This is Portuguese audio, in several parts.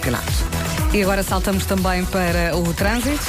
campeonato. E agora saltamos também para o trânsito.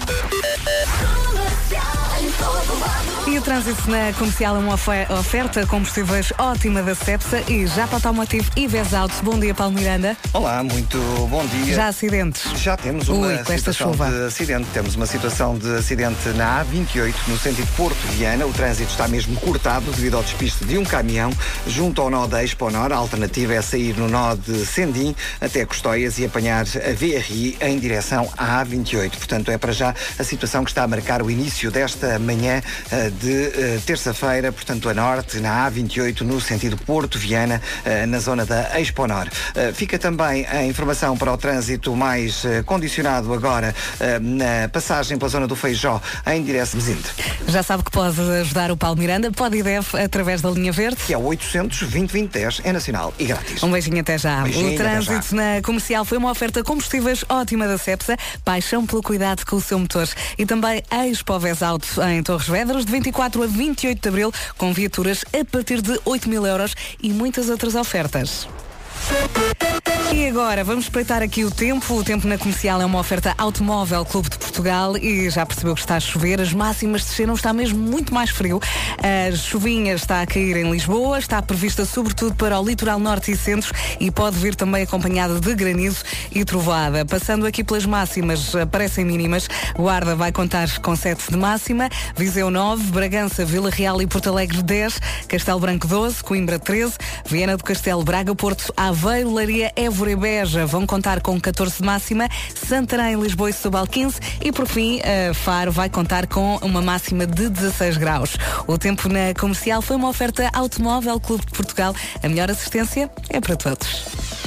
E o trânsito na Comercial é uma oferta combustíveis ótima da Cepsa e Japa Automotivo e Vesauto. Bom dia, Paulo Miranda. Olá, muito bom dia. Já acidentes? Já temos uma situação de acidente. Temos uma situação de acidente na A28, no sentido Porto-Viana. O trânsito está mesmo cortado devido ao despiste de um caminhão junto ao nó da Exponor. A alternativa é sair no nó de Sendim até Custóias e apanhar a VRI em direção à A28. Portanto, é para já a situação que está a marcar o início desta manhã de terça-feira, portanto, a norte, na A28, no sentido Porto-Viana, na zona da Exponor. Fica também a informação para o trânsito mais condicionado agora na passagem pela zona do Feijó em direção a Mesinde. Já sabe que pode ajudar o Paulo Miranda, pode e deve, através da linha verde. Que é o 800-2020-10, é nacional e grátis. Um beijinho até já. Beijinho, o trânsito na Comercial foi uma oferta combustíveis ótima da Cepsa, paixão pelo cuidado com o seu motor. E também Expo Vesauto em Torres Vedras, de 24 a 28 de Abril, com viaturas a partir de 8.000 euros e muitas outras ofertas. E agora, vamos espreitar aqui o tempo. O tempo na Comercial é uma oferta Automóvel Clube de Portugal e já percebeu que está a chover. As máximas desceram, está mesmo muito mais frio. A chuvinha está a cair em Lisboa, está prevista sobretudo para o litoral norte e centro e pode vir também acompanhada de granizo e trovoada. Passando aqui pelas máximas, parecem mínimas. Guarda vai contar com 7 de máxima, Viseu 9, Bragança, Vila Real e Porto Alegre 10, Castelo Branco 12, Coimbra 13, Viana do Castelo, Braga, Porto, Aveiro, Leiria, Évora e Beja vão contar com 14 de máxima, Santarém, Lisboa e Setúbal 15 e por fim Faro vai contar com uma máxima de 16 graus. O tempo na Comercial foi uma oferta Automóvel Clube de Portugal. A melhor assistência é para todos.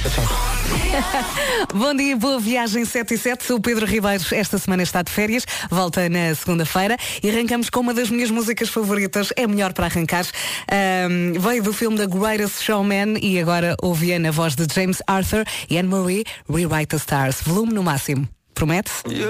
Bom dia, boa viagem 7 e 7. O Pedro Ribeiro esta semana está de férias, volta na segunda-feira e arrancamos com uma das minhas músicas favoritas, é melhor para arrancar. Veio do filme The Greatest Showman e agora ouvi na voz de James Arthur e Anne-Marie, Rewrite the Stars. Volume no máximo. Promete?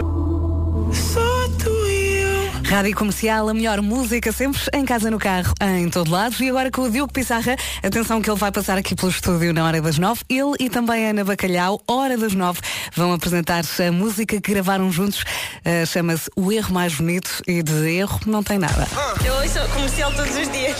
Rádio Comercial, a melhor música sempre, em casa, no carro, em todo lado. E agora com o Diogo Pissarra, atenção que ele vai passar aqui pelo estúdio na hora das 9. Ele e também a Ana Bacalhau, hora das 9, vão apresentar a música que gravaram juntos. Chama-se O Erro Mais Bonito e de erro não tem nada. Eu ouço Comercial todos os dias.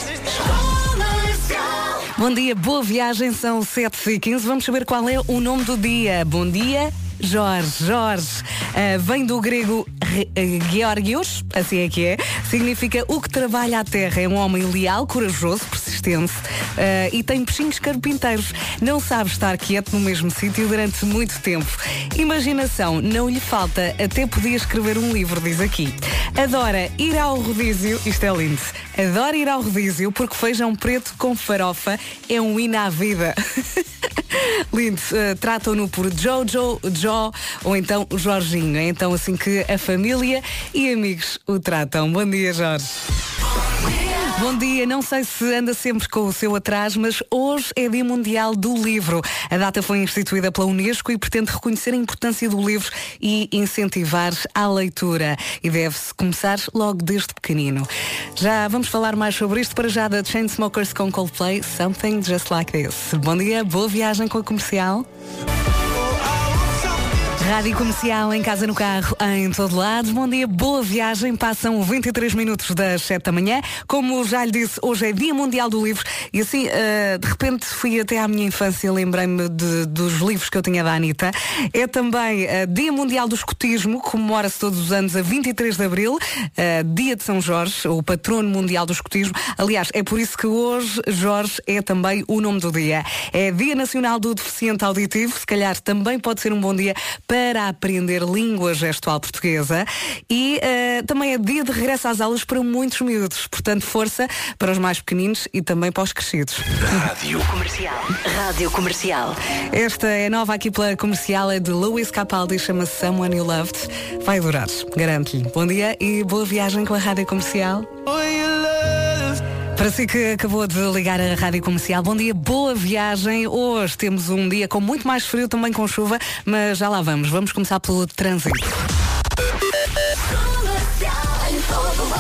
Bom dia, boa viagem, são 7h15. Vamos saber qual é o nome do dia. Bom dia, Jorge. Jorge vem do grego Georgios, assim é que é. Significa o que trabalha a terra. É um homem leal, corajoso, persistente e tem peixinhos carpinteiros. Não sabe estar quieto no mesmo sítio durante muito tempo. Imaginação não lhe falta, até podia escrever um livro, diz aqui. Adora ir ao rodízio, isto é lindo. Adora ir ao rodízio porque feijão preto com farofa é um hino à vida. Lindo. Tratam-no por Jojo, Jo ou então o Jorginho. É então assim que a família e amigos o tratam. Bom dia, Jorge. Bom dia, não sei se anda sempre com o seu atraso, mas hoje é Dia Mundial do Livro. A data foi instituída pela Unesco e pretende reconhecer a importância do livro e incentivar a leitura. E deve-se começar logo desde pequenino. Já vamos falar mais sobre isto, para já da Chainsmokers com Coldplay, Something Just Like This. Bom dia, boa viagem com a Comercial. Rádio Comercial, em casa, no carro, em todo lado. Bom dia, boa viagem. Passam 23 minutos das 7 da manhã. Como já lhe disse, hoje é Dia Mundial do Livro. E assim, de repente, fui até à minha infância e lembrei-me dos livros que eu tinha da Anitta. É também Dia Mundial do Escotismo, comemora-se todos os anos a 23 de Abril. Dia de São Jorge, o patrono mundial do escotismo. Aliás, é por isso que hoje Jorge é também o nome do dia. É Dia Nacional do Deficiente Auditivo. Se calhar também pode ser um bom dia para aprender língua gestual portuguesa e também é dia de regresso às aulas para muitos miúdos. Portanto, força para os mais pequeninos e também para os crescidos. Rádio Comercial. Rádio Comercial. Esta é nova aqui pela Comercial, é de Luís Capaldi, chama-se Someone You Loved. Vai adorar, garanto-lhe. Bom dia e boa viagem com a Rádio Comercial. Para si que acabou de ligar a Rádio Comercial, bom dia, boa viagem. Hoje temos um dia com muito mais frio, também com chuva, mas já lá vamos. Vamos começar pelo trânsito.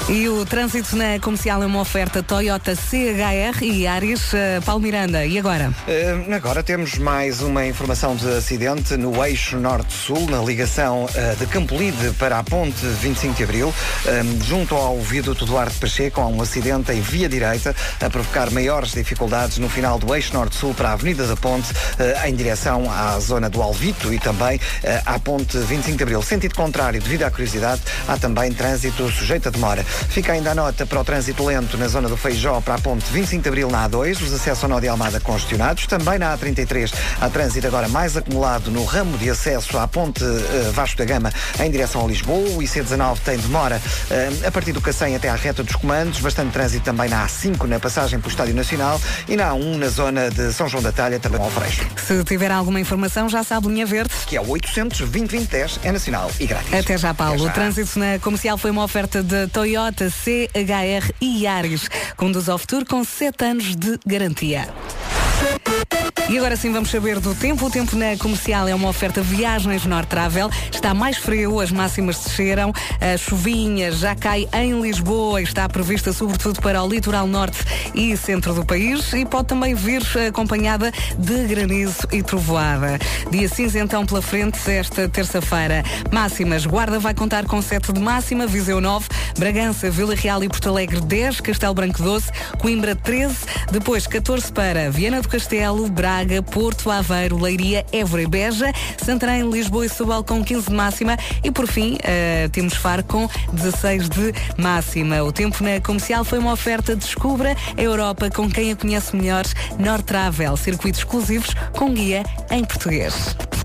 E o trânsito na comercial é uma oferta Toyota CHR e Yaris. Paulo Miranda, e agora? Agora temos mais uma informação de acidente no eixo norte-sul, na ligação de Campolide para a ponte 25 de Abril, junto ao viaduto Duarte Pacheco, há um acidente em via direita a provocar maiores dificuldades no final do eixo norte-sul para a Avenida da Ponte, em direção à zona do Alvito e também à ponte 25 de Abril. Sentido contrário, devido à curiosidade, há também trânsito sujeito a demora. Fica ainda a nota para o trânsito lento na zona do Feijó para a ponte 25 de Abril na A2, os acessos ao nó de Almada congestionados. Também na A33 há trânsito agora mais acumulado no ramo de acesso à ponte Vasco da Gama em direção a Lisboa. O IC19 tem demora a partir do Cacém até à reta dos comandos. Bastante trânsito também na A5 na passagem pelo Estádio Nacional e na A1 na zona de São João da Talha, também ao Freixo. Se tiver alguma informação, já sabe, linha verde. Que é o 800-2020-10, é nacional e grátis. Até já, Paulo. Até já. O trânsito na comercial foi uma oferta de Toyota CHR e Yaris. Conduz ao futuro com 7 anos de garantia. E agora sim vamos saber do tempo. O tempo na comercial é uma oferta Viagens Nortravel. Está mais frio, as máximas desceram, a chuvinha já cai em Lisboa e está prevista sobretudo para o litoral norte e centro do país e pode também vir acompanhada de granizo e trovoada. Dia cinzentão pela frente esta terça-feira. Máximas, Guarda vai contar com 7 de máxima, Viseu 9, Bragança, Vila Real e Porto Alegre 10, Castelo Branco 12, Coimbra 13, depois 14 para Viana do Castelo, Braga, Porto, Aveiro, Leiria, Évora e Beja, Santarém, Lisboa e Setúbal com 15 de máxima e por fim temos Faro com 16 de máxima. O tempo na comercial foi uma oferta Descubra a Europa com quem a conhece melhor, Nortravel, circuitos exclusivos com guia em português.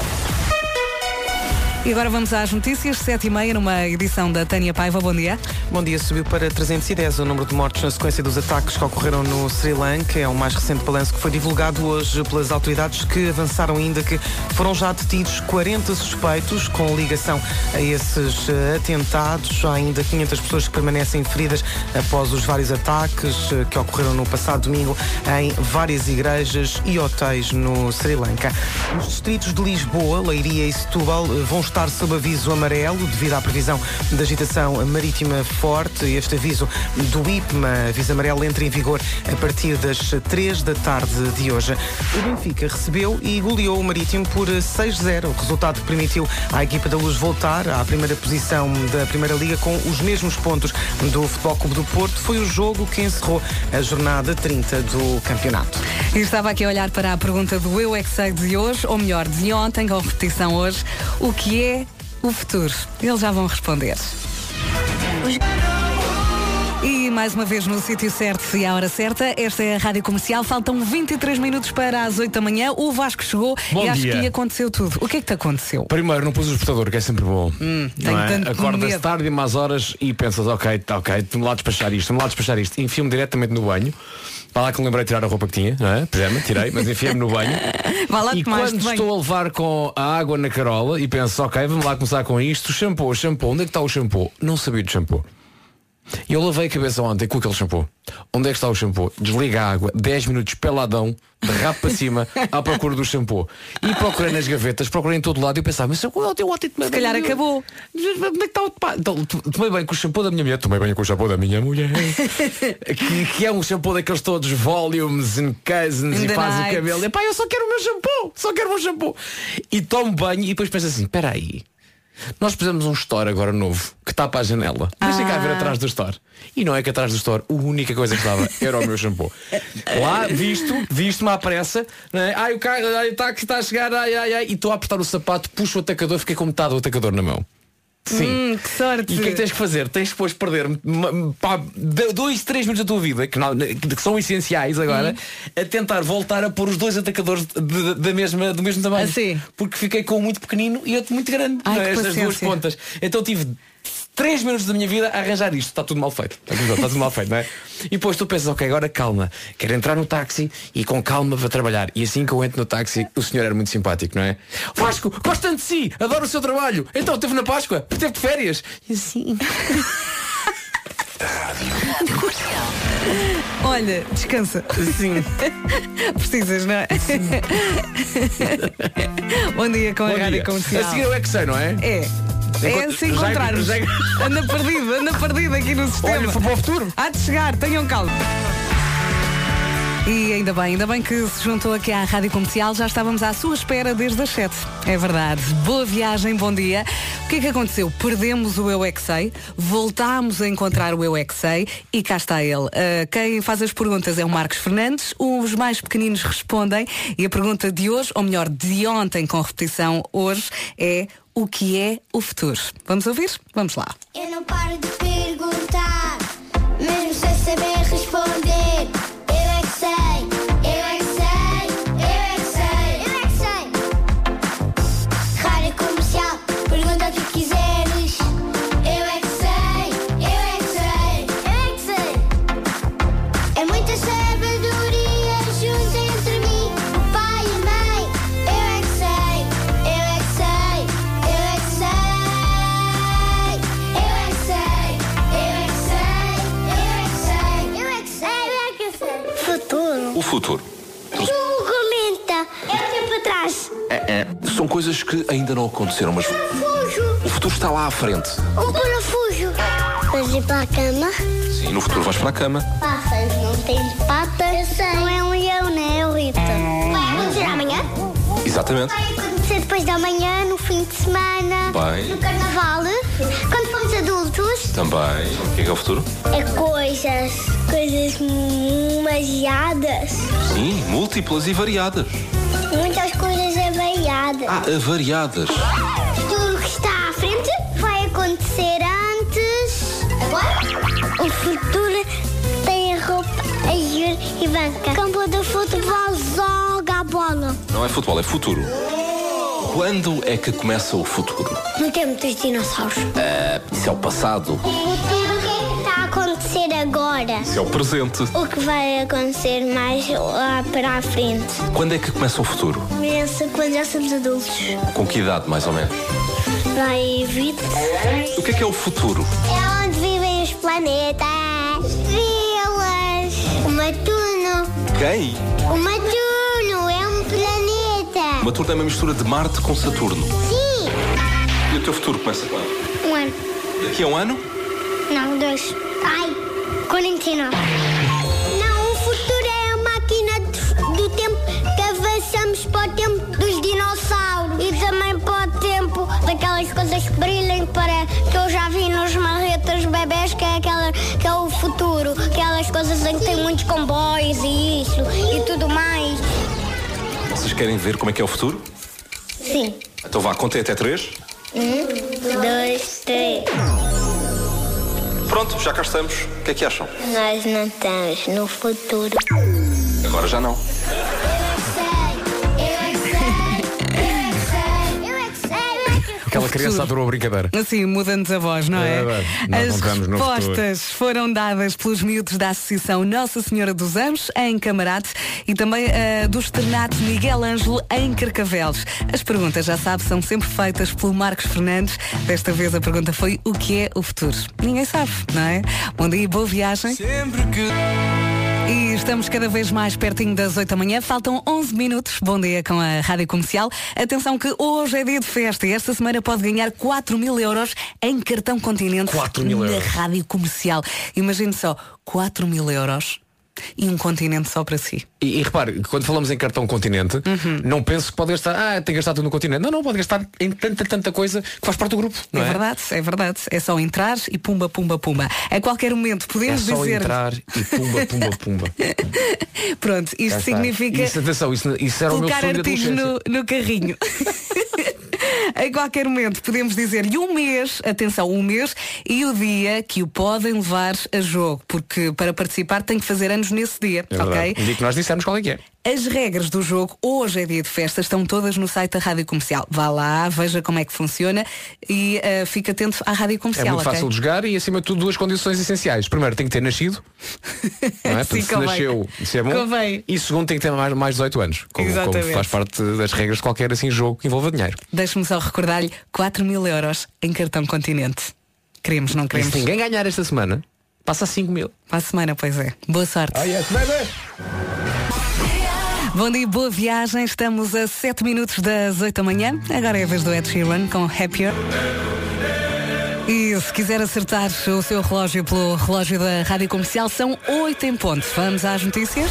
E agora vamos às notícias, 7h30, numa edição da Tânia Paiva. Bom dia. Bom dia. Subiu para 310 o número de mortos na sequência dos ataques que ocorreram no Sri Lanka. É o mais recente balanço que foi divulgado hoje pelas autoridades, que avançaram ainda que foram já detidos 40 suspeitos com ligação a esses atentados. Há ainda 500 pessoas que permanecem feridas após os vários ataques que ocorreram no passado domingo em várias igrejas e hotéis no Sri Lanka. Os distritos de Lisboa, Leiria e Setúbal vão estar sob aviso amarelo devido à previsão de agitação marítima forte. Este aviso do IPMA, aviso amarelo, entra em vigor a partir das 3 da tarde de hoje. O Benfica recebeu e goleou o Marítimo por 6-0, o resultado que permitiu à equipa da Luz voltar à primeira posição da Primeira Liga com os mesmos pontos do Futebol Clube do Porto. Foi o jogo que encerrou a jornada 30 do campeonato. E estava aqui a olhar para a pergunta do Eu é que Sei de hoje, ou melhor, de ontem, com repetição hoje. O que é o futuro? Eles já vão responder. E mais uma vez no sítio certo e à hora certa, esta é a Rádio Comercial. Faltam 23 minutos para as 8 da manhã. O Vasco chegou. Bom e acho dia. que lhe aconteceu tudo. O que é que te aconteceu? Primeiro, não pus o despertador, que é sempre bom. Tenho tanto Acordas medo. tarde e mais horas e pensas, ok, vamos lá despachar isto. Enfio-me diretamente no banho. Vá lá que me lembrei de tirar a roupa que tinha, não é? Pijama, tirei, mas enfiei-me no banho. Vá lá, E Tomás, quando bem. estou a levar com a água na carola e penso, ok, vamos lá começar com isto. Shampoo, onde é que está o shampoo? Não sabia de shampoo. E eu lavei a cabeça ontem com aquele shampoo. Onde é que está o shampoo? Desliga a água, 10 minutos peladão, de rabo para cima, à procura do shampoo. E procurei nas gavetas, procurei em todo lado e eu pensava, mas qual é o teu ótimo? Se calhar acabou. Onde é que está o... Então, tomei bem com o shampoo da minha mulher. Tomei bem com o shampoo da minha mulher. que é um shampoo daqueles todos volumes and cousins e faz o cabelo. E pá, eu só quero o meu shampoo. E tomo banho e depois penso assim, espera aí. Nós pusemos um store agora novo que está para a janela. Deixa cá ver atrás do store. E não é que atrás do store a única coisa que estava era o meu shampoo. Lá, visto-me à pressa, né? O carro, o táxi está a chegar, e estou a apertar o sapato, puxo o atacador, fiquei com metade do atacador na mão. Sim. Que sorte. E o que é que tens que fazer? Tens depois de perder 2, 3 minutos da tua vida que são essenciais agora a tentar voltar a pôr os dois atacadores do mesmo tamanho. Assim. Porque fiquei com um muito pequenino e outro muito grande. Ai, que Estas paciência. duas pontas. Então tive 3 minutos da minha vida a arranjar isto. Está tudo mal feito. Está tudo mal feito, não é? E depois tu pensas, ok, agora calma. Quero entrar no táxi e com calma vou trabalhar. E assim que eu entro no táxi, o senhor era muito simpático, não é? Vasco, gosto tanto de si, adoro o seu trabalho. Então esteve na Páscoa, esteve de férias. E assim... Olha, descansa. Sim. Precisas, não é? Bom dia com a Rádio Comercial. A seguir eu é que sei, não é? É. É se encontrarmos. Anda perdido aqui no sistema. Olha, foi para o futuro. Há de chegar, tenham calma. E ainda bem que se juntou aqui à Rádio Comercial. Já estávamos à sua espera desde as 7. É verdade. Boa viagem, bom dia. O que é que aconteceu? Perdemos o Eu É Que Sei, voltámos a encontrar o Eu É Que Sei e cá está ele. Quem faz as perguntas é o Marcos Fernandes, os mais pequeninos respondem e a pergunta de hoje, ou melhor, de ontem com repetição hoje, é: o que é o futuro? Vamos ouvir? Vamos lá. Eu não paro de perguntar, mesmo sem saber responder. Eu é que sei, eu é que sei, eu é que sei, eu é que sei. Rádio Comercial, pergunta o que quiseres. Eu é que sei, eu é que sei, eu é que sei. É muita sabedoria junto entre mim, o pai e a mãe. Eu é que sei, eu é que sei, eu é que sei. Eu é que sei, eu é que sei, eu é que sei, eu é que sei, eu é que sei. Futuro. O futuro. Tu comenta. É tempo atrás. São coisas que ainda não aconteceram, mas Parafuso. o futuro está lá à frente. Um parafuso. Vais ir para a cama? Sim, no futuro vais para a cama. Pássaros não têm patas. Eu sei. Não é um leão, né? É o Rita. Vai acontecer amanhã? Exatamente. Vai acontecer depois da manhã, no fim de semana. Vai. No carnaval. Quando formos adultos. Também. O que é o futuro? É coisas demasiadas. Sim, múltiplas e variadas. Muitas coisas variadas. Variadas. Tudo que está à frente vai acontecer antes. Agora? O futuro tem a roupa azul e branca. Campo de futebol joga a bola. Não é futebol, é futuro. Quando é que começa o futuro? No tempo dos dinossauros. Isso é o passado. O futuro, o que é que está a acontecer agora? Isso é o presente. O que vai acontecer mais lá para a frente? Quando é que começa o futuro? Começa quando já somos adultos. Com que idade, mais ou menos? Vai 20. O que é o futuro? É onde vivem os planetas, estrelas, o Matuno. Quem? O Matuno é um planeta. Saturno é uma mistura de Marte com Saturno. Sim. E o teu futuro começa quando? Um ano. Daqui a um ano? Não, 2. Ai, 49. Não, o futuro é a máquina do tempo que avançamos para o tempo dos dinossauros. E também para o tempo daquelas coisas que brilham que eu já vi nos marretas bebés, que é o futuro. Aquelas coisas em que tem muitos comboios e isso e tudo mais. Vocês querem ver como é que é o futuro? Sim. Então vá, contem até 3. 1, 2, 3. Pronto, já cá estamos. O que é que acham? Nós não estamos no futuro. Agora já não. Aquela criança adorou a brincadeira. Assim, mudando-nos a voz, não é? Nós As respostas foram dadas pelos miúdos da Associação Nossa Senhora dos Anjos, em Camarate, e também do Externato Miguel Ângelo, em Carcavelos. As perguntas, já sabe, são sempre feitas pelo Marcos Fernandes. Desta vez a pergunta foi: o que é o futuro? Ninguém sabe, não é? Bom dia e boa viagem. Sempre que... E estamos cada vez mais pertinho das 8 da manhã. Faltam 11 minutos. Bom dia com a Rádio Comercial. Atenção que hoje é dia de festa e esta semana pode ganhar 4.000 euros em cartão Continente 4.000 na euros. Rádio Comercial. Imagine só, 4.000 euros e um continente só para si. E repare, quando falamos em cartão Continente, não penso que pode gastar, tem gastado tudo no Continente. Não, pode gastar em tanta coisa que faz parte do grupo. Não é? É verdade. É só entrar e pumba, pumba, pumba. A qualquer momento podemos só dizer... entrar e pumba, pumba, pumba. Pronto, isto significa isso, atenção, isso era o meu colocar sonho de artigos adolescência. no carrinho. A qualquer momento podemos dizer-lhe um mês, atenção, um mês e o dia que o podem levar a jogo, porque para participar tem que fazer anos nesse dia, É ok? verdade. Um dia que nós dissemos qual é que é. As regras do jogo, hoje é dia de festa, estão todas no site da Rádio Comercial. Vá lá, veja como é que funciona e fique atento à Rádio Comercial. É muito ok? fácil de jogar e acima de tudo 2 condições essenciais. Primeiro tem que ter nascido, não é? Sim, Porque se convém. nasceu, isso é bom. Convém. E segundo tem que ter mais de 18 anos. Como Exatamente. faz parte das regras de qualquer assim jogo que envolva dinheiro. Deixe-me só recordar-lhe 4.000 euros em cartão Continente. Queremos, não E queremos? se ninguém ganhar esta semana, passa a 5.000. Para a semana, pois é. Boa sorte. Yes, baby! Bom dia, boa viagem. Estamos a 7 minutos das 8 da manhã. Agora é a vez do Ed Sheeran com Happier. E se quiser acertar o seu relógio pelo relógio da Rádio Comercial, são 8 em ponto. Vamos às notícias?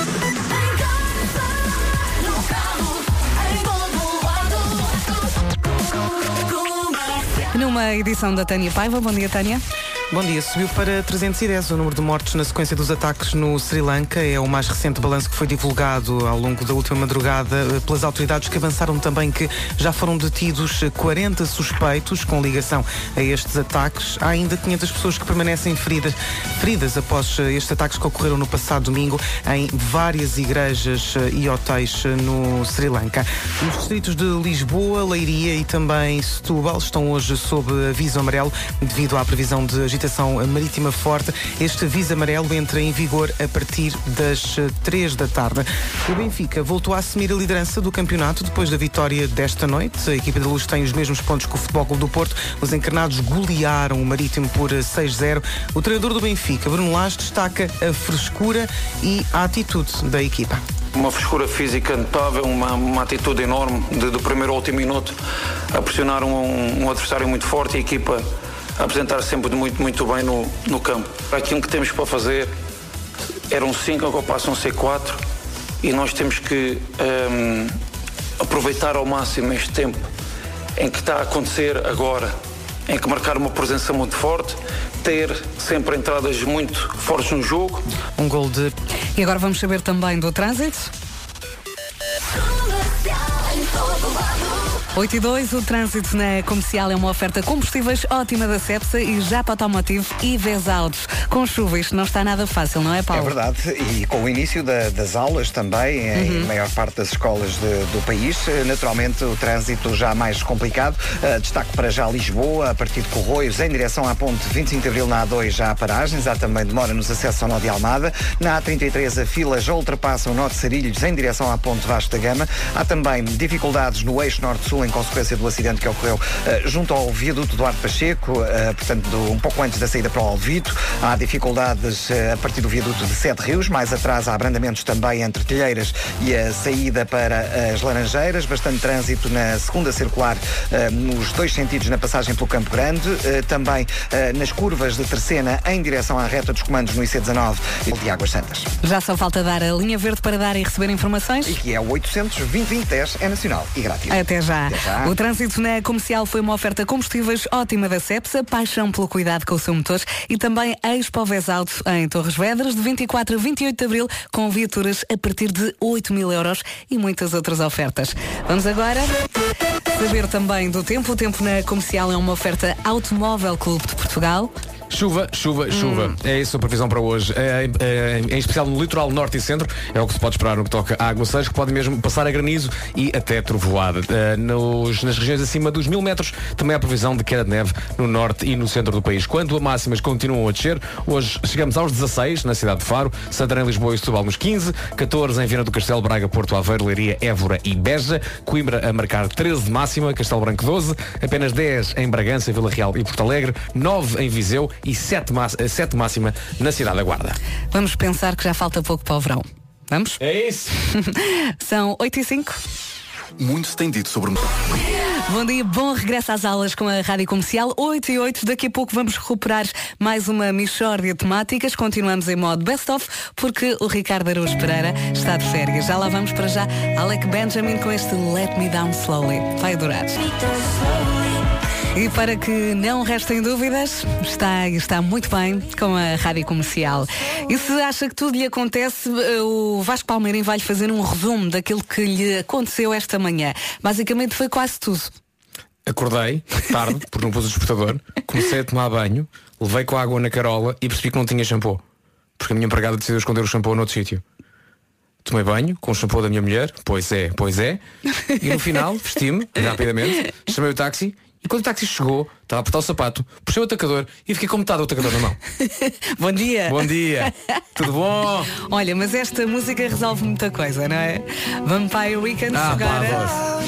Numa edição da Tânia Paiva. Bom dia, Tânia. Bom dia. Subiu para 310 o número de mortos na sequência dos ataques no Sri Lanka. É o mais recente balanço que foi divulgado ao longo da última madrugada pelas autoridades, que avançaram também que já foram detidos 40 suspeitos com ligação a estes ataques. Há ainda 500 pessoas que permanecem feridas após estes ataques que ocorreram no passado domingo em várias igrejas e hotéis no Sri Lanka. Os distritos de Lisboa, Leiria e também Setúbal estão hoje sob aviso amarelo devido à previsão de agitação marítima forte. Este aviso amarelo entra em vigor a partir das 3 da tarde. O Benfica voltou a assumir a liderança do campeonato depois da vitória desta noite. A equipa da Luz tem os mesmos pontos que o Futebol Clube do Porto. Os encarnados golearam o Marítimo por 6-0. O treinador do Benfica, Bruno Lage, destaca a frescura e a atitude da equipa. Uma frescura física notável, uma atitude enorme do primeiro ao último minuto, a pressionar um adversário muito forte e a equipa a apresentar sempre muito bem no campo. Aquilo que temos para fazer eram 5, agora passam a ser 4 e nós temos que aproveitar ao máximo este tempo em que está a acontecer agora, em que marcar uma presença muito forte, ter sempre entradas muito fortes no jogo. Um gol de... E agora vamos saber também do trânsito. 8:02, o trânsito na Comercial é uma oferta combustíveis ótima da Cepsa e Japa Automotivo e Vesaldos. Com chuva isto não está nada fácil, não é, Paulo? É verdade, e com o início das aulas também, em maior parte das escolas do país, naturalmente o trânsito já mais complicado. Destaque para já Lisboa, a partir de Corroios, em direção à ponte 25 de Abril na A2 já há paragens, há também demora nos acessos ao nó de Almada. Na A33 a fila já ultrapassa o nó de Sarilhos em direção à ponte Vasco da Gama. Há também dificuldades no eixo norte-sul em consequência do acidente que ocorreu junto ao viaduto Duarte Pacheco, portanto um pouco antes da saída para o Alvito. Há dificuldades a partir do viaduto de Sete Rios, mais atrás há abrandamentos também entre Telheiras e a saída para as Laranjeiras, bastante trânsito na segunda circular nos dois sentidos na passagem pelo Campo Grande, também nas curvas de Terceira em direção à reta dos comandos no IC19 e de Águas Santas. Já só falta dar a linha verde para dar e receber informações. E que é o 800-2020-10, é nacional e grátis. Até já. O trânsito na Comercial foi uma oferta combustíveis ótima da Cepsa, paixão pelo cuidado com o seu motor e também Expo Vesaldo em Torres Vedras, de 24 a 28 de Abril, com viaturas a partir de 8.000 euros e muitas outras ofertas. Vamos agora saber também do tempo. O tempo na Comercial é uma oferta Automóvel Clube de Portugal. Chuva. É isso a previsão para hoje. Em especial no litoral norte e centro, é o que se pode esperar no que toca a aguaceiros, que pode mesmo passar a granizo e até trovoada. Nas regiões acima dos 1000 metros, também há previsão de queda de neve no norte e no centro do país. Quanto a máximas continuam a descer, hoje chegamos aos 16 na cidade de Faro, Santarém, Lisboa e Setúbal nos 15, 14 em Viana do Castelo, Braga, Porto Aveiro, Leiria, Évora e Beja, Coimbra a marcar 13 de máxima, Castelo Branco 12, apenas 10 em Bragança, Vila Real e Porto Alegre, 9 em Viseu e 7 máxima na cidade da Guarda. Vamos pensar que já falta pouco para o verão. Vamos? É isso. São 8:05. Muito se tem dito sobre... Bom dia, bom regresso às aulas com a Rádio Comercial 8:08. Daqui a pouco vamos recuperar mais uma mixórdia de temáticas. Continuamos em modo best-of porque o Ricardo Araújo Pereira está de férias. Já lá vamos, para já, Alec Benjamin com este Let Me Down Slowly. Vai adorar. E para que não restem dúvidas, está muito bem com a Rádio Comercial. E se acha que tudo lhe acontece, o Vasco Palmeirinho vai-lhe fazer um resumo daquilo que lhe aconteceu esta manhã. Basicamente foi quase tudo. Acordei tarde, porque não pus o despertador, comecei a tomar banho, levei com a água na carola e percebi que não tinha shampoo. Porque a minha empregada decidiu esconder o shampoo noutro sítio. Tomei banho com o shampoo da minha mulher, pois é. E no final, vesti-me rapidamente, chamei o táxi. E quando o táxi chegou, estava a apertar o sapato, puxei o atacador e fiquei com metade do atacador na mão. Bom dia. Bom dia. Tudo bom? Olha, mas esta música resolve muita coisa, não é? Vampire Weekend agora.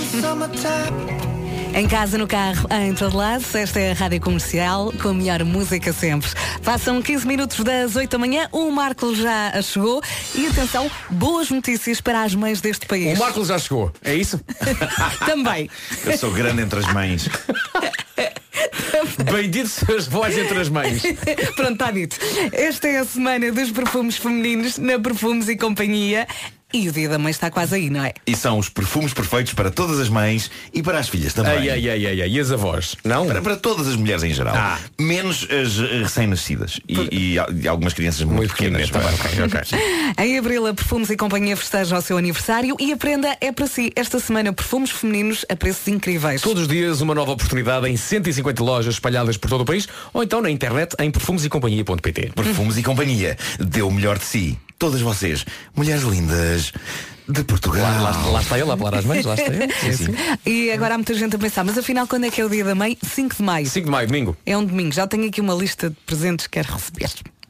Em casa, no carro, em todo lado. Esta é a Rádio Comercial com a melhor música sempre. Passam 15 minutos das 8 da manhã. O Marco já chegou. E atenção, boas notícias para as mães deste país. O Marco já chegou, é isso? Também. Eu sou grande entre as mães. Bendito são as vozes entre as mães. Pronto, está dito. Esta é a semana dos perfumes femininos na Perfumes e Companhia. E o Dia da Mãe está quase aí, não é? E são os perfumes perfeitos para todas as mães e para as filhas também. E as avós? Não? Para todas as mulheres em geral. Menos as recém-nascidas e algumas crianças muito pequenas. Okay. Em abril, a Perfumes e Companhia festeja o seu aniversário e a prenda é para si. Esta semana, perfumes femininos a preços incríveis. Todos os dias uma nova oportunidade em 150 lojas espalhadas por todo o país ou então na internet em perfumesecompanhia.pt. Perfumes e Companhia. Dê o melhor de si. Todas vocês, mulheres lindas de Portugal. Lá está ele, a falar às mães, lá está ele. Sim. E agora há muita gente a pensar, mas afinal quando é que é o Dia da Mãe? 5 de maio. 5 de maio, domingo. É um domingo. Já tenho aqui uma lista de presentes que quero receber.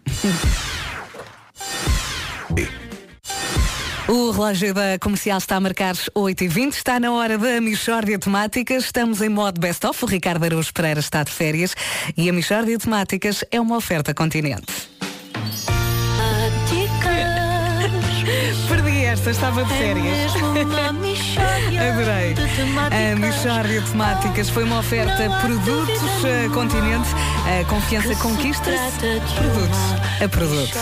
O relógio da Comercial está a marcar 8h20. Está na hora da Mixórdia Temáticas. Estamos em modo best-of. O Ricardo Araújo Pereira está de férias. E a Mixórdia Temáticas é uma oferta Continente. Perdi esta, estava de férias. Adorei. A Mixórdia Temáticas foi uma oferta Produtos Continente. A confiança conquista produtos a produtos.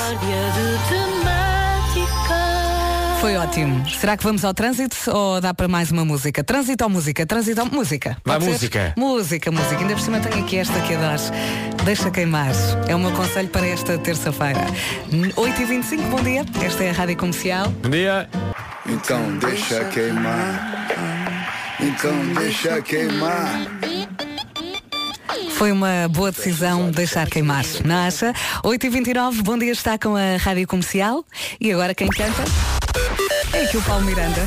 Foi ótimo. Será que vamos ao trânsito ou dá para mais uma música? Trânsito ou música? Trânsito ou música? Vai Pode música. ser? Música. Ainda por cima tenho aqui esta que dás. Deixa queimar. É o meu conselho para esta terça-feira. 8h25, bom dia. Esta é a Rádio Comercial. Bom dia. Então deixa queimar. Então deixa queimar. Foi uma boa decisão deixar queimar. Não acha? 8h29, bom dia, está com a Rádio Comercial. E agora quem canta? É aqui o Paulo Miranda.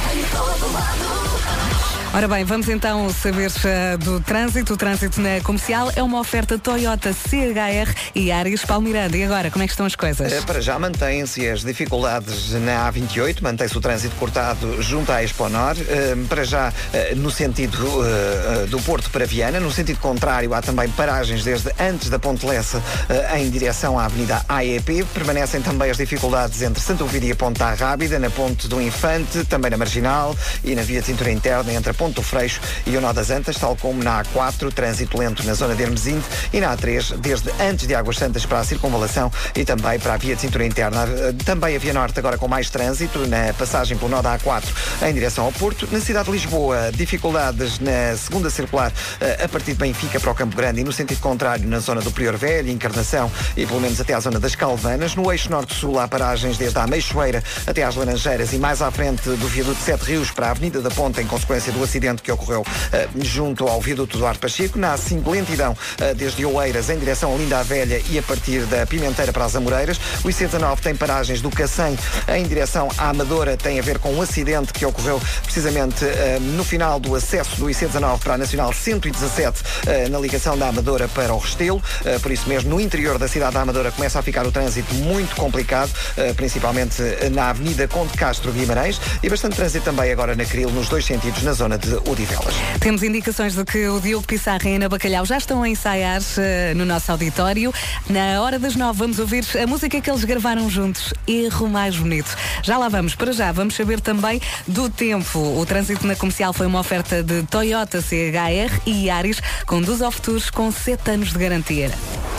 Ora bem, vamos então saber do trânsito. O trânsito na Comercial é uma oferta Toyota CHR e Áreas Paulo Miranda. E agora, como é que estão as coisas? Para já mantêm-se as dificuldades na A28, mantém-se o trânsito cortado junto à Exponor. Para já, no sentido do Porto para Viana, no sentido contrário, há também paragens desde antes da Ponte Lessa em direção à Avenida AEP. Permanecem também as dificuldades entre Santa Ovídia e a Ponta Rábida, na Ponte do Infante, também na Marginal e na via de cintura interna entre a Ponte do Freixo e o Nó das Antas, tal como na A4, trânsito lento na zona de Hermesinde, e na A3, desde antes de Águas Santas para a Circunvalação e também para a via de cintura interna. Também a Via Norte agora com mais trânsito na passagem pelo Nó da A4 em direção ao Porto. Na cidade de Lisboa, dificuldades na segunda circular a partir de Benfica para o Campo Grande e no sentido contrário na zona do Prior Velho, Encarnação e pelo menos até à zona das Calvanas. No eixo norte-sul há paragens desde a Meixoeira até às Laranjeiras e mais à frente do viaduto Sete Rios para a Avenida da Ponta em consequência do acidente que ocorreu junto ao viaduto Duarte Pacheco. Na A5, lentidão desde Oeiras em direção a Linda a Velha e a partir da Pimenteira para as Amoreiras. O IC19 tem paragens do Cacém em direção à Amadora, tem a ver com um acidente que ocorreu precisamente no final do acesso do IC19 para a Nacional 117 na ligação da Amadora para o Restelo. Por isso mesmo, no interior da cidade da Amadora começa a ficar o trânsito muito complicado, principalmente na Avenida Conde Castro Guimarães, e bastante trânsito também agora na Cril, nos dois sentidos, na zona de Odivelas. Temos indicações de que o Diogo Pissarra e a Ana Bacalhau já estão a ensaiar no nosso auditório. Na hora das 9 vamos ouvir a música que eles gravaram juntos, Erro Mais Bonito. Já lá vamos. Para já vamos saber também do tempo. O trânsito na Comercial foi uma oferta de Toyota CHR e Yaris com 2 off-tours com 7 anos de garantia.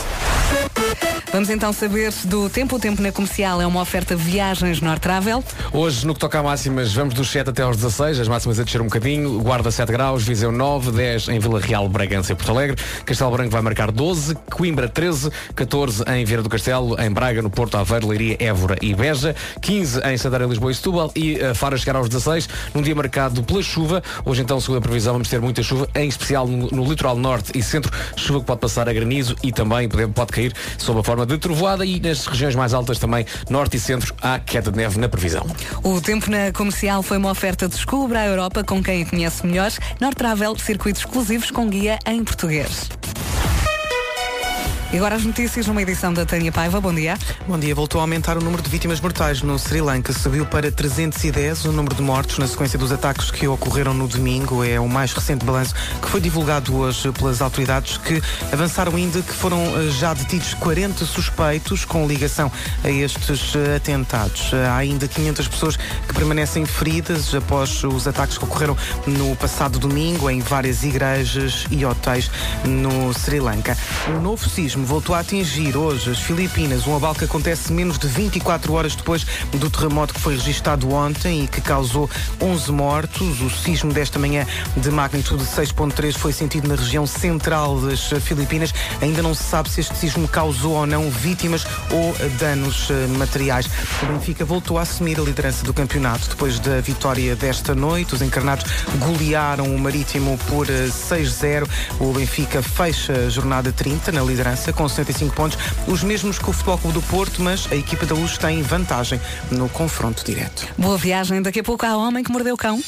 Vamos então saber do tempo. O tempo na Comercial é uma oferta Viagens Nortravel. Hoje, no que toca a máximas, vamos dos 7 até aos 16, as máximas a descer um bocadinho. Guarda 7 graus, Viseu 9, 10 em Vila Real, Bragança e Porto Alegre. Castelo Branco vai marcar 12, Coimbra 13, 14 em Vieira do Castelo, em Braga, no Porto, Aveiro, Leiria, Évora e Beja, 15 em Santarém, Lisboa e Setúbal e Faro a chegar aos 16, num dia marcado pela chuva. Hoje então, segundo a previsão, vamos ter muita chuva, em especial no litoral norte e centro, chuva que pode passar a granizo e também pode cair sob a forma de trovoada, e nas regiões mais altas também, norte e centro, há queda de neve na previsão. O tempo na Comercial foi uma oferta de Descubra a Europa com quem a conhece melhor. Nortravel, circuitos exclusivos com guia em português. E agora as notícias numa edição da Tânia Paiva. Bom dia. Bom dia. Voltou a aumentar o número de vítimas mortais no Sri Lanka. Subiu para 310 o número de mortos na sequência dos ataques que ocorreram no domingo. É o mais recente balanço que foi divulgado hoje pelas autoridades, que avançaram ainda que foram já detidos 40 suspeitos com ligação a estes atentados. Há ainda 500 pessoas que permanecem feridas após os ataques que ocorreram no passado domingo em várias igrejas e hotéis no Sri Lanka. Um novo sismo voltou a atingir hoje as Filipinas, um abalo que acontece menos de 24 horas depois do terremoto que foi registado ontem e que causou 11 mortos. O sismo desta manhã de magnitude 6.3 foi sentido na região central das Filipinas. Ainda não se sabe se este sismo causou ou não vítimas ou danos materiais. O Benfica voltou a assumir a liderança do campeonato depois da vitória desta noite. Os encarnados golearam o Marítimo por 6-0. O Benfica fecha a jornada 30 na liderança com 65 pontos, os mesmos que o Futebol Clube do Porto, mas a equipa da Luz tem vantagem no confronto direto. Boa viagem. Daqui a pouco há Homem que Mordeu o Cão.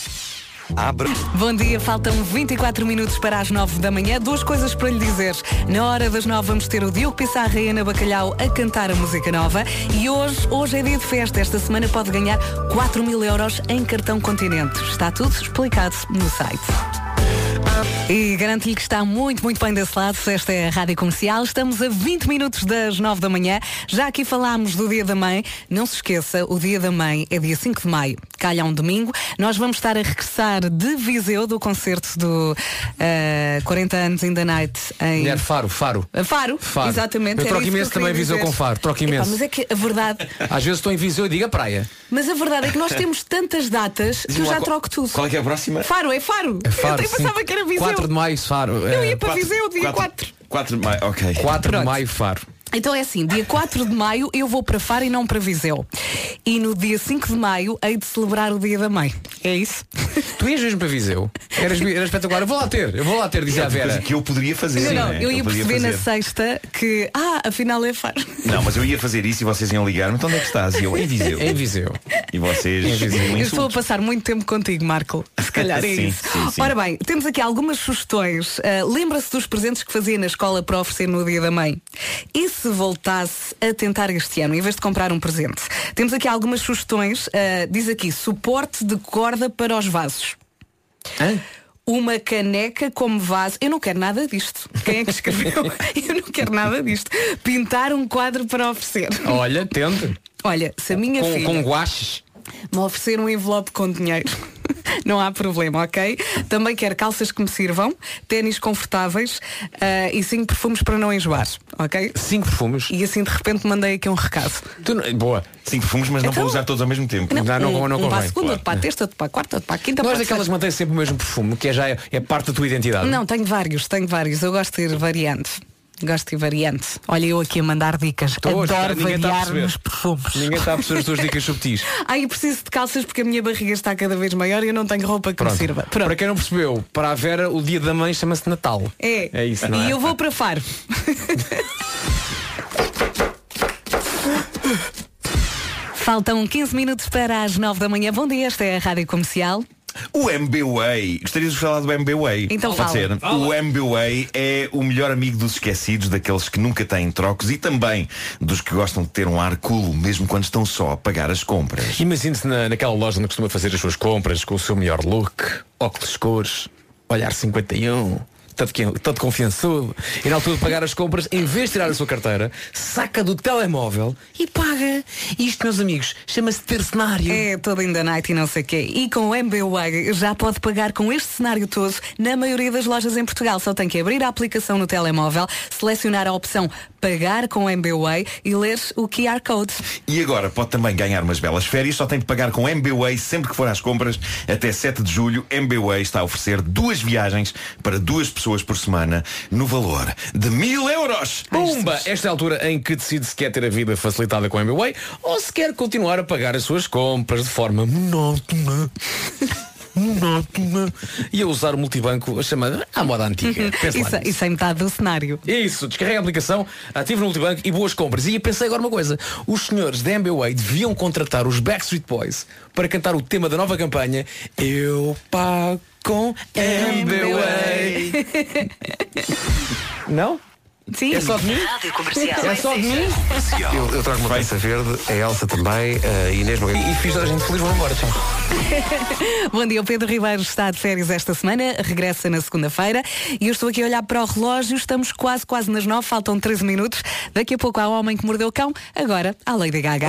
Bom dia, faltam 24 minutos para as 9 da manhã. Duas coisas para lhe dizer. Na hora das 9 vamos ter o Diogo Pissarra e Ana Bacalhau a cantar a música nova. E hoje é dia de festa. Esta semana pode ganhar 4.000 euros em cartão Continente. Está tudo explicado no site. E garanto-lhe que está muito, muito bem desse lado. Esta é a Rádio Comercial. Estamos a 20 minutos das 9 da manhã. Já aqui falámos do Dia da Mãe. Não se esqueça, o Dia da Mãe é dia 5 de maio. Calha um domingo. Nós vamos estar a regressar de Viseu, do concerto do 40 anos in the Night em... Faro. Faro, exatamente. Eu troco imenso também Viseu com Faro. Troco imenso. Mas é que a verdade... Às vezes estou em Viseu e digo a praia. Mas a verdade é que nós temos tantas datas que eu já troco tudo. Qual é que é a próxima? Faro. É Faro, eu pensava que era Viseu. 4 de maio, Faro. Eu ia para Viseu dia 4. 4 de maio, ok. 4 de maio, Faro. Então é assim, dia 4 de maio eu vou para Faro e não para Viseu. E no dia 5 de maio hei de celebrar o Dia da Mãe. É isso? Tu ias mesmo para Viseu? Era espetacular. Eu vou lá ter, dizia a Vera. Que eu poderia fazer. Não, eu ia perceber na sexta que, afinal é Faro. Não, mas eu ia fazer isso e vocês iam ligar-me. Então onde é que estás? E eu, em Viseu. Em Viseu. E vocês... Eu estou a passar muito tempo contigo, Marco. Se calhar é isso. Sim. Ora bem, temos aqui algumas sugestões. Lembra-se dos presentes que fazia na escola para oferecer no Dia da Mãe? E se voltasse a tentar este ano, em vez de comprar um presente? Temos aqui algumas sugestões. Diz aqui, suporte de corda para os vasos. Uma caneca como vaso. Eu não quero nada disto. Quem é que escreveu? Eu não quero nada disto. Pintar um quadro para oferecer. Olha, tente. Olha, se a minha filha... Com guaches. Me oferecer um envelope com dinheiro, não há problema, ok? Também quero calças que me sirvam, ténis confortáveis e 5 perfumes para não enjoar, ok? 5 perfumes? E assim de repente mandei aqui um recado. Boa. 5 perfumes, mas não vou usar todos ao mesmo tempo. Não convém. Um para a segunda, outro para a terça, outro para a quarta, outro para a quinta. Não és daquelas que mantém sempre o mesmo perfume, que é parte da tua identidade? Não, tenho vários. Eu gosto de ir variante. Olha, eu aqui a mandar dicas. Adoro variar nos perfumes. Ninguém está a perceber as tuas dicas subtis. Eu preciso de calças porque a minha barriga está cada vez maior e eu não tenho roupa que me sirva. Pronto. Para quem não percebeu, para a Vera o Dia da Mãe chama-se Natal. É isso, não é? E eu vou para Faro. Faltam 15 minutos para as 9 da manhã. Bom dia, esta é a Rádio Comercial. O MBWay, gostarias de falar do MBWay? Então pode ser. Fala. O MBWay é o melhor amigo dos esquecidos, daqueles que nunca têm trocos e também dos que gostam de ter um ar cool, mesmo quando estão só a pagar as compras. Imagine-se naquela loja onde costuma fazer as suas compras com o seu melhor look, óculos escuros, olhar 51... todo confiançudo. E na altura de pagar as compras, em vez de tirar a sua carteira, saca do telemóvel e paga. Isto, meus amigos, chama-se ter cenário. É todo in the night e não sei o quê. E com o MBWay já pode pagar com este cenário todo na maioria das lojas em Portugal. Só tem que abrir a aplicação no telemóvel, selecionar a opção pagar com o MBWay e ler o QR Code. E agora pode também ganhar umas belas férias. Só tem de pagar com o MBWay sempre que for às compras. Até 7 de julho, MBWay está a oferecer 2 viagens para 2 pessoas por semana no valor de 1.000 euros. Pumba! Esta é a altura em que decide se quer ter a vida facilitada com o MBWay ou se quer continuar a pagar as suas compras de forma monótona. E a usar o multibanco chamada à moda antiga. Isso é metade do cenário. Isso, descarrega a aplicação, ative no multibanco e boas compras. E pensei agora uma coisa: os senhores da MBWay deviam contratar os Backstreet Boys para cantar o tema da nova campanha Eu Pago com MBWay. Não? Sim. É só de mim? Rádio Comercial. É só de mim? Eu trago uma peça verde, a Elsa também, a Inês Nogueira. E fiz toda a gente feliz, vamos embora, tchau. Bom dia, o Pedro Ribeiro está de férias esta semana, regressa na segunda-feira e eu estou aqui a olhar para o relógio, estamos quase nas 9, faltam 13 minutos. Daqui a pouco há o Homem que Mordeu o Cão, agora a Lady Gaga.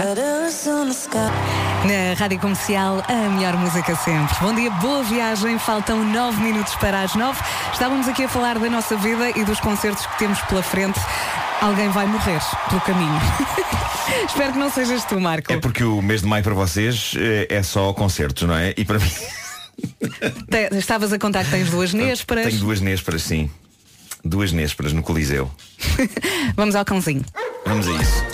Na Rádio Comercial, a melhor música sempre. Bom dia, boa viagem, faltam 9 minutos para as 9. Estávamos aqui a falar da nossa vida e dos concertos que temos pela frente. Alguém vai morrer pelo caminho. Espero que não sejas tu, Marco. É porque o mês de maio para vocês é só concertos, não é? E para mim... Estavas a contar que tens 2 nésperas. Tenho 2 nésperas, sim. 2 nésperas no Coliseu. Vamos ao cãozinho. Vamos a isso.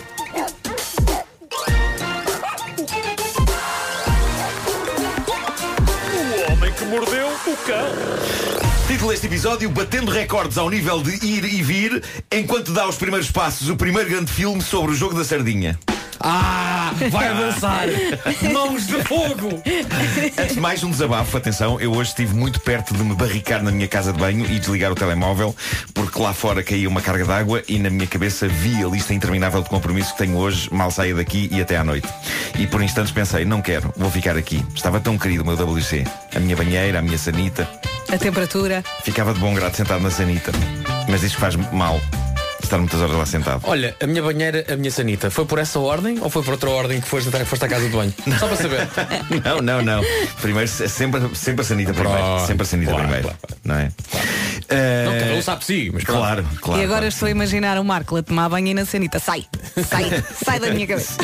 O homem que mordeu o cão. Título deste episódio: batendo recordes ao nível de ir e vir, enquanto dá os primeiros passos o primeiro grande filme sobre o jogo da sardinha. Vai avançar. Mãos de fogo. Antes de mais, um desabafo, atenção. Eu hoje estive muito perto de me barricar na minha casa de banho e desligar o telemóvel, porque lá fora caía uma carga de água e na minha cabeça vi a lista interminável de compromissos que tenho hoje, mal saia daqui e até à noite. E por instantes pensei, não quero, vou ficar aqui. Estava tão querido o meu WC. A minha banheira, a minha sanita. A temperatura. Ficava de bom grado sentado na sanita. Mas diz que faz mal estar muitas horas lá sentado. Olha, a minha banheira, a minha sanita, foi por essa ordem ou foi por outra ordem que foste à casa de banho? Só para saber. Não. Primeiro, sempre a sanita primeiro. Sempre a sanita primeiro. Claro. Não é? Não, cada um sabe si, mas claro. E agora estou a imaginar o Marco a tomar banho e na sanita. Sai da minha cabeça.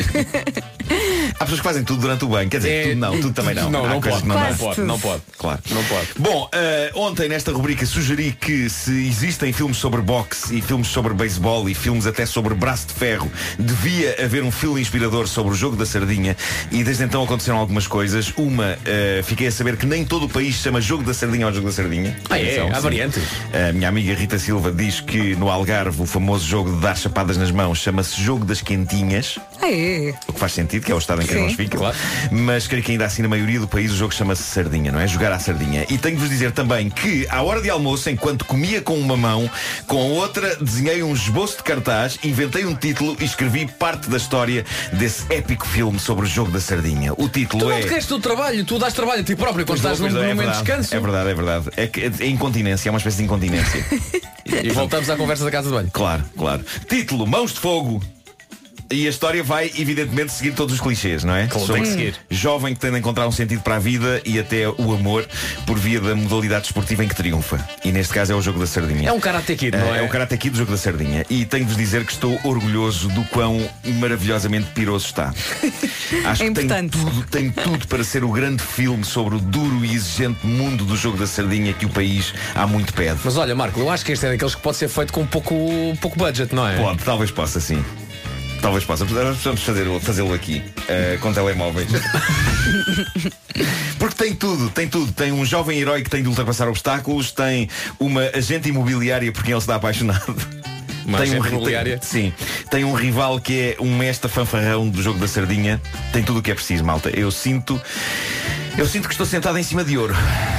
Há pessoas que fazem tudo durante o banho. Quer dizer, tudo também não. Não pode. Claro. Não pode. Bom, ontem nesta rubrica sugeri que se existem filmes sobre boxe e filmes sobre beisebol e filmes até sobre braço de ferro, devia haver um filme inspirador sobre o jogo da sardinha, e desde então aconteceram algumas coisas. Fiquei a saber que nem todo o país chama jogo da sardinha ao jogo da sardinha. Há variantes. A minha amiga Rita Silva diz que no Algarve o famoso jogo de dar chapadas nas mãos chama-se jogo das quentinhas. O que faz sentido, que é o estado em que nós ficamos. Claro. Mas creio que ainda assim na maioria do país o jogo chama-se sardinha, não é? Jogar à sardinha. E tenho de vos dizer também que à hora de almoço, enquanto comia com uma mão, com a outra desenhei um esboço de cartaz, inventei um título e escrevi parte da história desse épico filme sobre o jogo da sardinha. O título Tu não te queres do trabalho, tu dás trabalho a ti próprio quando estás num momento de descanso. É verdade. É que é incontinência, é uma espécie de incontinência. E voltamos à conversa da casa de banho. Claro. Título: Mãos de Fogo. E a história vai, evidentemente, seguir todos os clichês, não é? Tem que seguir. Jovem que tende a encontrar um sentido para a vida e até o amor por via da modalidade esportiva em que triunfa. E neste caso é o jogo da sardinha. É um Karate Kid, não é? É o Karate Kid do jogo da sardinha. E tenho de vos dizer que estou orgulhoso do quão maravilhosamente piroso está. Acho que tem tudo para ser o grande filme sobre o duro e exigente mundo do jogo da sardinha que o país há muito pede. Mas olha, Marco, eu acho que este é daqueles que pode ser feito com pouco budget, não é? Pode, talvez possa, sim. Talvez possa. Vamos fazê-lo aqui com telemóveis. Porque tem tudo. Tem um jovem herói que tem de ultrapassar obstáculos. Tem uma agente imobiliária por quem ele está apaixonado. Tem um rival que é um mestre fanfarrão do jogo da sardinha. Tem tudo o que é preciso, malta. Eu sinto que estou sentado em cima de ouro.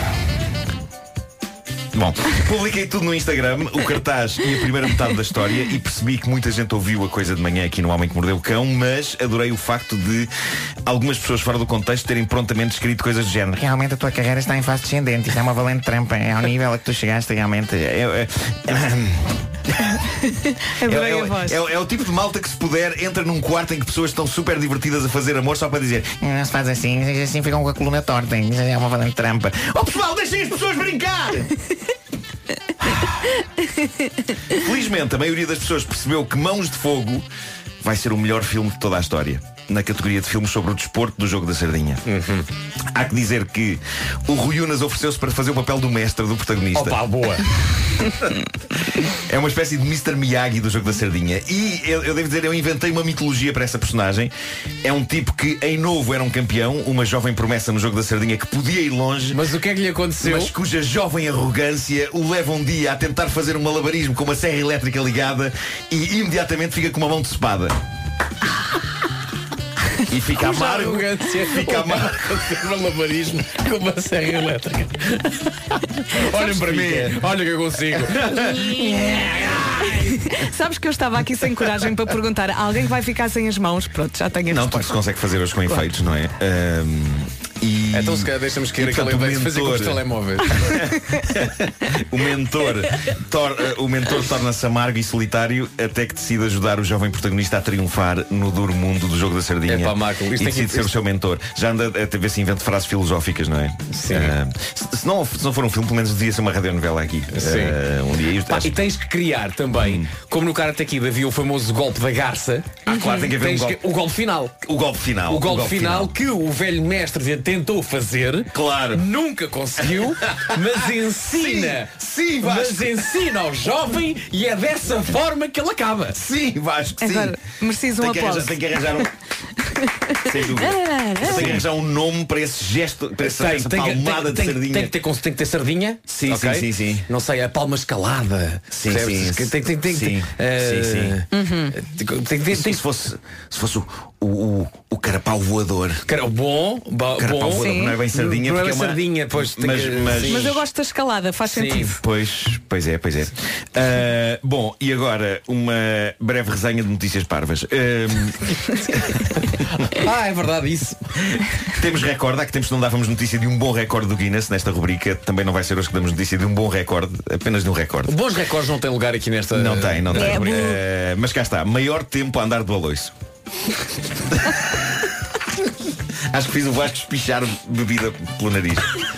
Bom, publiquei tudo no Instagram, o cartaz e a primeira metade da história, e percebi que muita gente ouviu a coisa de manhã aqui no Homem que Mordeu o Cão, mas adorei o facto de algumas pessoas fora do contexto terem prontamente escrito coisas do género. Realmente a tua carreira está em fase descendente, isto é uma valente trampa, é ao nível a que tu chegaste realmente. É o tipo de malta que, se puder, entra num quarto em que pessoas estão super divertidas a fazer amor só para dizer não se faz assim ficam com a coluna torta, é uma valente trampa. Oh pessoal, deixem as pessoas brincar! Felizmente a maioria das pessoas percebeu que Mãos de Fogo vai ser o melhor filme de toda a história, na categoria de filmes sobre o desporto do jogo da sardinha. Há que dizer que o Rui Unas ofereceu-se para fazer o papel do mestre, do protagonista. Opa, boa! É uma espécie de Mr. Miyagi do jogo da sardinha. E eu devo dizer, eu inventei uma mitologia para essa personagem. É um tipo que em novo era um campeão, uma jovem promessa no jogo da sardinha que podia ir longe. Mas o que é que lhe aconteceu? Mas cuja jovem arrogância o leva um dia a tentar fazer um malabarismo com uma serra elétrica ligada e imediatamente fica com uma mão de espada. E fica amargo. Fica amargo com malabarismo com uma serra elétrica. Olhem para mim, olha que eu consigo. Sabes que eu estava aqui sem coragem para perguntar: alguém vai ficar sem as mãos? Pronto, já tenho a Não, resposta. tu se consegue fazer hoje com efeitos, não é? Então se calhar deixamos que ir aquele evento de fazer com os telemóveis. O mentor torna-se amargo e solitário até que decide ajudar o jovem protagonista a triunfar no duro mundo do jogo da sardinha. Marco, e decide ser o seu mentor. Já anda a ver se inventa frases filosóficas, não é? Sim. Se não for um filme, pelo menos devia ser uma radionovela aqui. Sim. Um dia. E tens que criar também, como no Karate Kid havia o famoso golpe da garça. Claro, tem que haver o golpe final. O golpe final. O golpe final que o velho mestre tentou fazer. Claro. Nunca conseguiu, mas ensina. Sim, Vasco. Mas ensina ao jovem e é dessa forma que ele acaba. Sim, Vasco, sim. Agora, mereciso um aplauso. Tem que arranjar um... Sem dúvida. Tem que arranjar um nome para esse gesto, para essa palmada de sardinha. Tem que ter sardinha. Sim, okay? sim. Não sei, a palma escalada. Sim. Se fosse o carapau voador. Bom. Carapau voador, não é bem sardinha. Não é bem sardinha, pois. Mas eu gosto da escalada, faz sentido. Pois é. Bom, e agora uma breve resenha de notícias parvas. É verdade isso. Temos recorde, há que tempos não dávamos notícia de um bom recorde do Guinness nesta rubrica. Também não vai ser hoje que damos notícia de um bom recorde, apenas de um recorde. Bons recordes não têm lugar aqui nesta... Não tem. Mas cá está, maior tempo a andar do Aloiço. Acho que fiz o Vasco espichar bebida pelo nariz.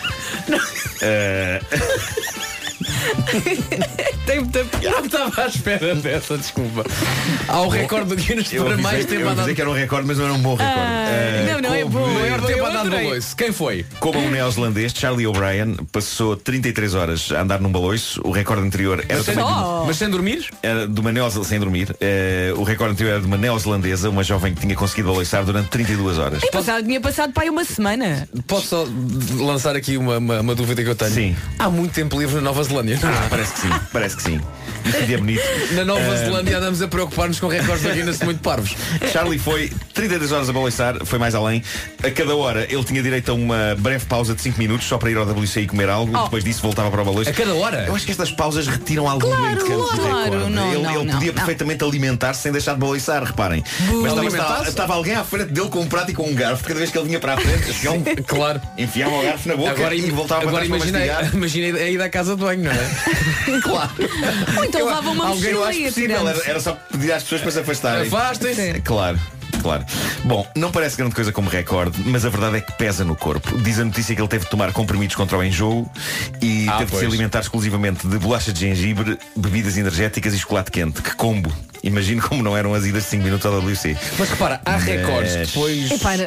Tem muita piada. Eu estava à espera dessa, desculpa. Há o recorde do Guinness para mais tempo a andado. dizer que era um recorde, mas não era um bom recorde. Não é bom. O maior tempo andado do baloiço. Quem foi? Como um neozelandês, Charlie O'Brien, passou 33 horas a andar num baloiço. O recorde anterior era Mas sem dormir? Era de uma sem dormir. O recorde anterior era de uma neozelandesa, uma jovem que tinha conseguido baloiçar durante 32 horas. Tinha passado para aí uma semana. Posso só lançar aqui uma dúvida que eu tenho? Sim. Há muito tempo livre na Nova Zelândia. Parece que sim. Isso é bonito. Na Nova Zelândia andamos a preocupar-nos com recordes da Guinness muito parvos. Charlie foi 33 horas a baloiçar, foi mais além. A cada hora ele tinha direito a uma breve pausa de 5 minutos só para ir ao WC e comer algo. Depois disso voltava para o baloiço. A cada hora? Eu acho que estas pausas retiram algum encanto do recorde. Ele podia perfeitamente alimentar-se sem deixar de baloiçar, reparem. Mas estava alguém à frente dele com um prato e com um garfo. Cada vez que ele vinha para a frente, claro, enfiava o garfo na boca e voltava para trás para mastigar. Imagina a ida à casa de banho, não é? Claro. Ou então levava uma mochila e era só pedir às pessoas para se afastarem. Afastem-se. Claro. Bom, não parece grande coisa como recorde, mas a verdade é que pesa no corpo. Diz a notícia que ele teve de tomar comprimidos contra o enjoo e teve de se alimentar exclusivamente de bolacha de gengibre, bebidas energéticas e chocolate quente. Que combo! Imagino como não eram as idas de 5 minutos ao WC. Mas repara, há recordes que depois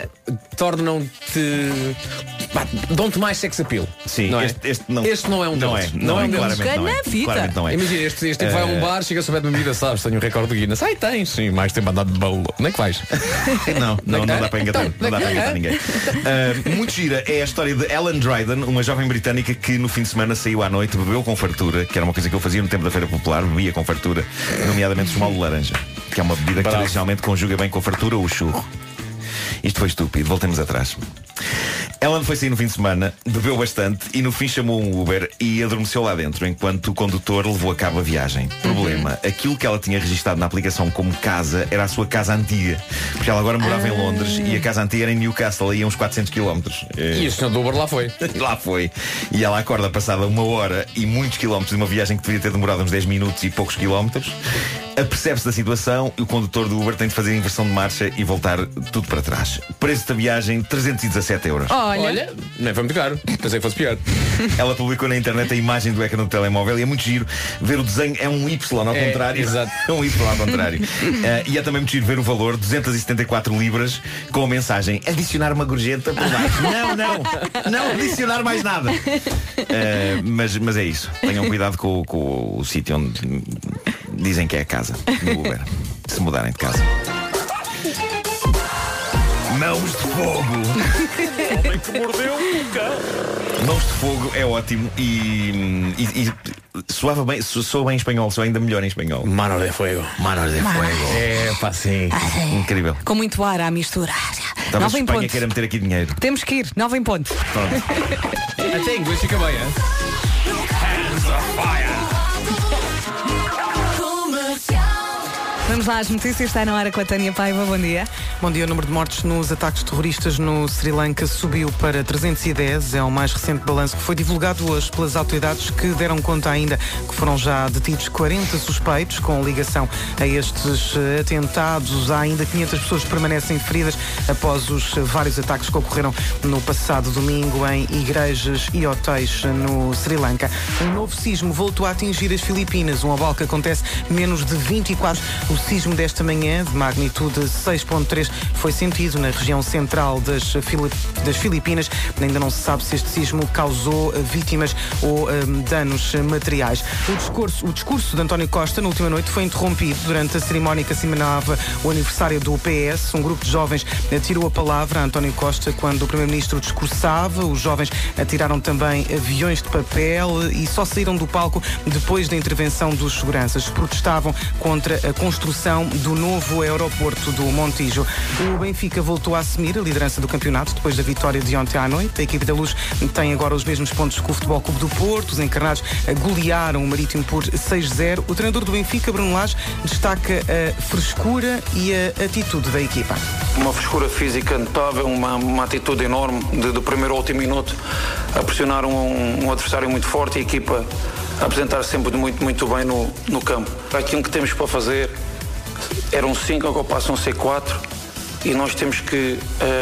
tornam-te... dão-te mais sex appeal. Sim, não é? Este não é um deles. Não é um deles. Claramente não é. Imagina, este vai a um bar, chega a souber de bebida, sabes, tenho um recorde de Guinness. Tens, sim, mais tempo andado de bolo. Onde é que vais? Não dá para engatar. Não dá para engatar ninguém. Muito gira é a história de Ellen Dryden, uma jovem britânica que no fim de semana saiu à noite, bebeu com fartura, que era uma coisa que eu fazia no tempo da Feira Popular, bebia com fartura, nomeadamente esmol de laranja, que é uma bebida que tradicionalmente conjuga bem com a fartura ou o churro. Isto foi estúpido, voltemos atrás. Ellen foi sair no fim de semana, bebeu bastante e no fim chamou um Uber e adormeceu lá dentro, enquanto o condutor levou a cabo a viagem. Problema, aquilo que ela tinha registado na aplicação como casa era a sua casa antiga, porque ela agora morava em Londres e a casa antiga era em Newcastle, aí a uns 400 km. E o senhor do Uber lá foi. Lá foi. E ela acorda passada 1 hora e muitos quilómetros de uma viagem que deveria ter demorado uns 10 minutos e poucos quilómetros. Apercebe-se da situação e o condutor do Uber tem de fazer inversão de marcha e voltar tudo para trás. Preço da viagem, 317 euros. Olha, não foi muito caro. Pensei que fosse pior. Ela publicou na internet a imagem do ecrã do telemóvel e é muito giro ver o desenho, é um Y ao contrário. Exato. É um Y ao contrário. E é também muito giro ver o valor, 274 libras, com a mensagem adicionar uma gorjeta por baixo. Não adicionar mais nada. Mas é isso. Tenham cuidado com o sítio onde dizem que é a casa no Uber, se mudarem de casa. Mãos de fogo. O homem que mordeu o cão. Mãos de fogo é ótimo e soava bem, soa bem em espanhol, soa ainda melhor em espanhol. Manos de fuego. Manos de fuego. É, pá, sim. Incrível. Com muito ar a misturar. Talvez a Espanha queira meter aqui dinheiro. Temos que ir, 9 em ponto. Até inglês fica bem, hein? Hands of fire. Vamos lá às notícias, está na hora com a Tânia Paiva, bom dia. Bom dia, o número de mortes nos ataques terroristas no Sri Lanka subiu para 310, é o mais recente balanço que foi divulgado hoje pelas autoridades, que deram conta ainda que foram já detidos 40 suspeitos com ligação a estes atentados. Há ainda 500 pessoas que permanecem feridas após os vários ataques que ocorreram no passado domingo em igrejas e hotéis no Sri Lanka. Um novo sismo voltou a atingir as Filipinas, um abalo que acontece menos de 24. O sismo desta manhã, de magnitude 6.3, foi sentido na região central das Filipinas. Ainda não se sabe se este sismo causou vítimas ou danos materiais. O discurso de António Costa na última noite foi interrompido durante a cerimónia que assinalava o aniversário do PS. Um grupo de jovens tirou a palavra a António Costa quando o Primeiro-Ministro discursava. Os jovens atiraram também aviões de papel e só saíram do palco depois da intervenção dos seguranças. Protestavam contra a construção do novo aeroporto do Montijo. O Benfica voltou a assumir a liderança do campeonato depois da vitória de ontem à noite. A equipe da Luz tem agora os mesmos pontos que o Futebol Clube do Porto. Os encarnados golearam o Marítimo por 6-0. O treinador do Benfica, Bruno Lage, destaca a frescura e a atitude da equipa. Uma frescura física notável, uma atitude enorme do primeiro ao último minuto, a pressionar um adversário muito forte e a equipa a apresentar sempre muito bem no campo. Aquilo que temos para fazer eram 5, agora passam a ser 4 e nós temos que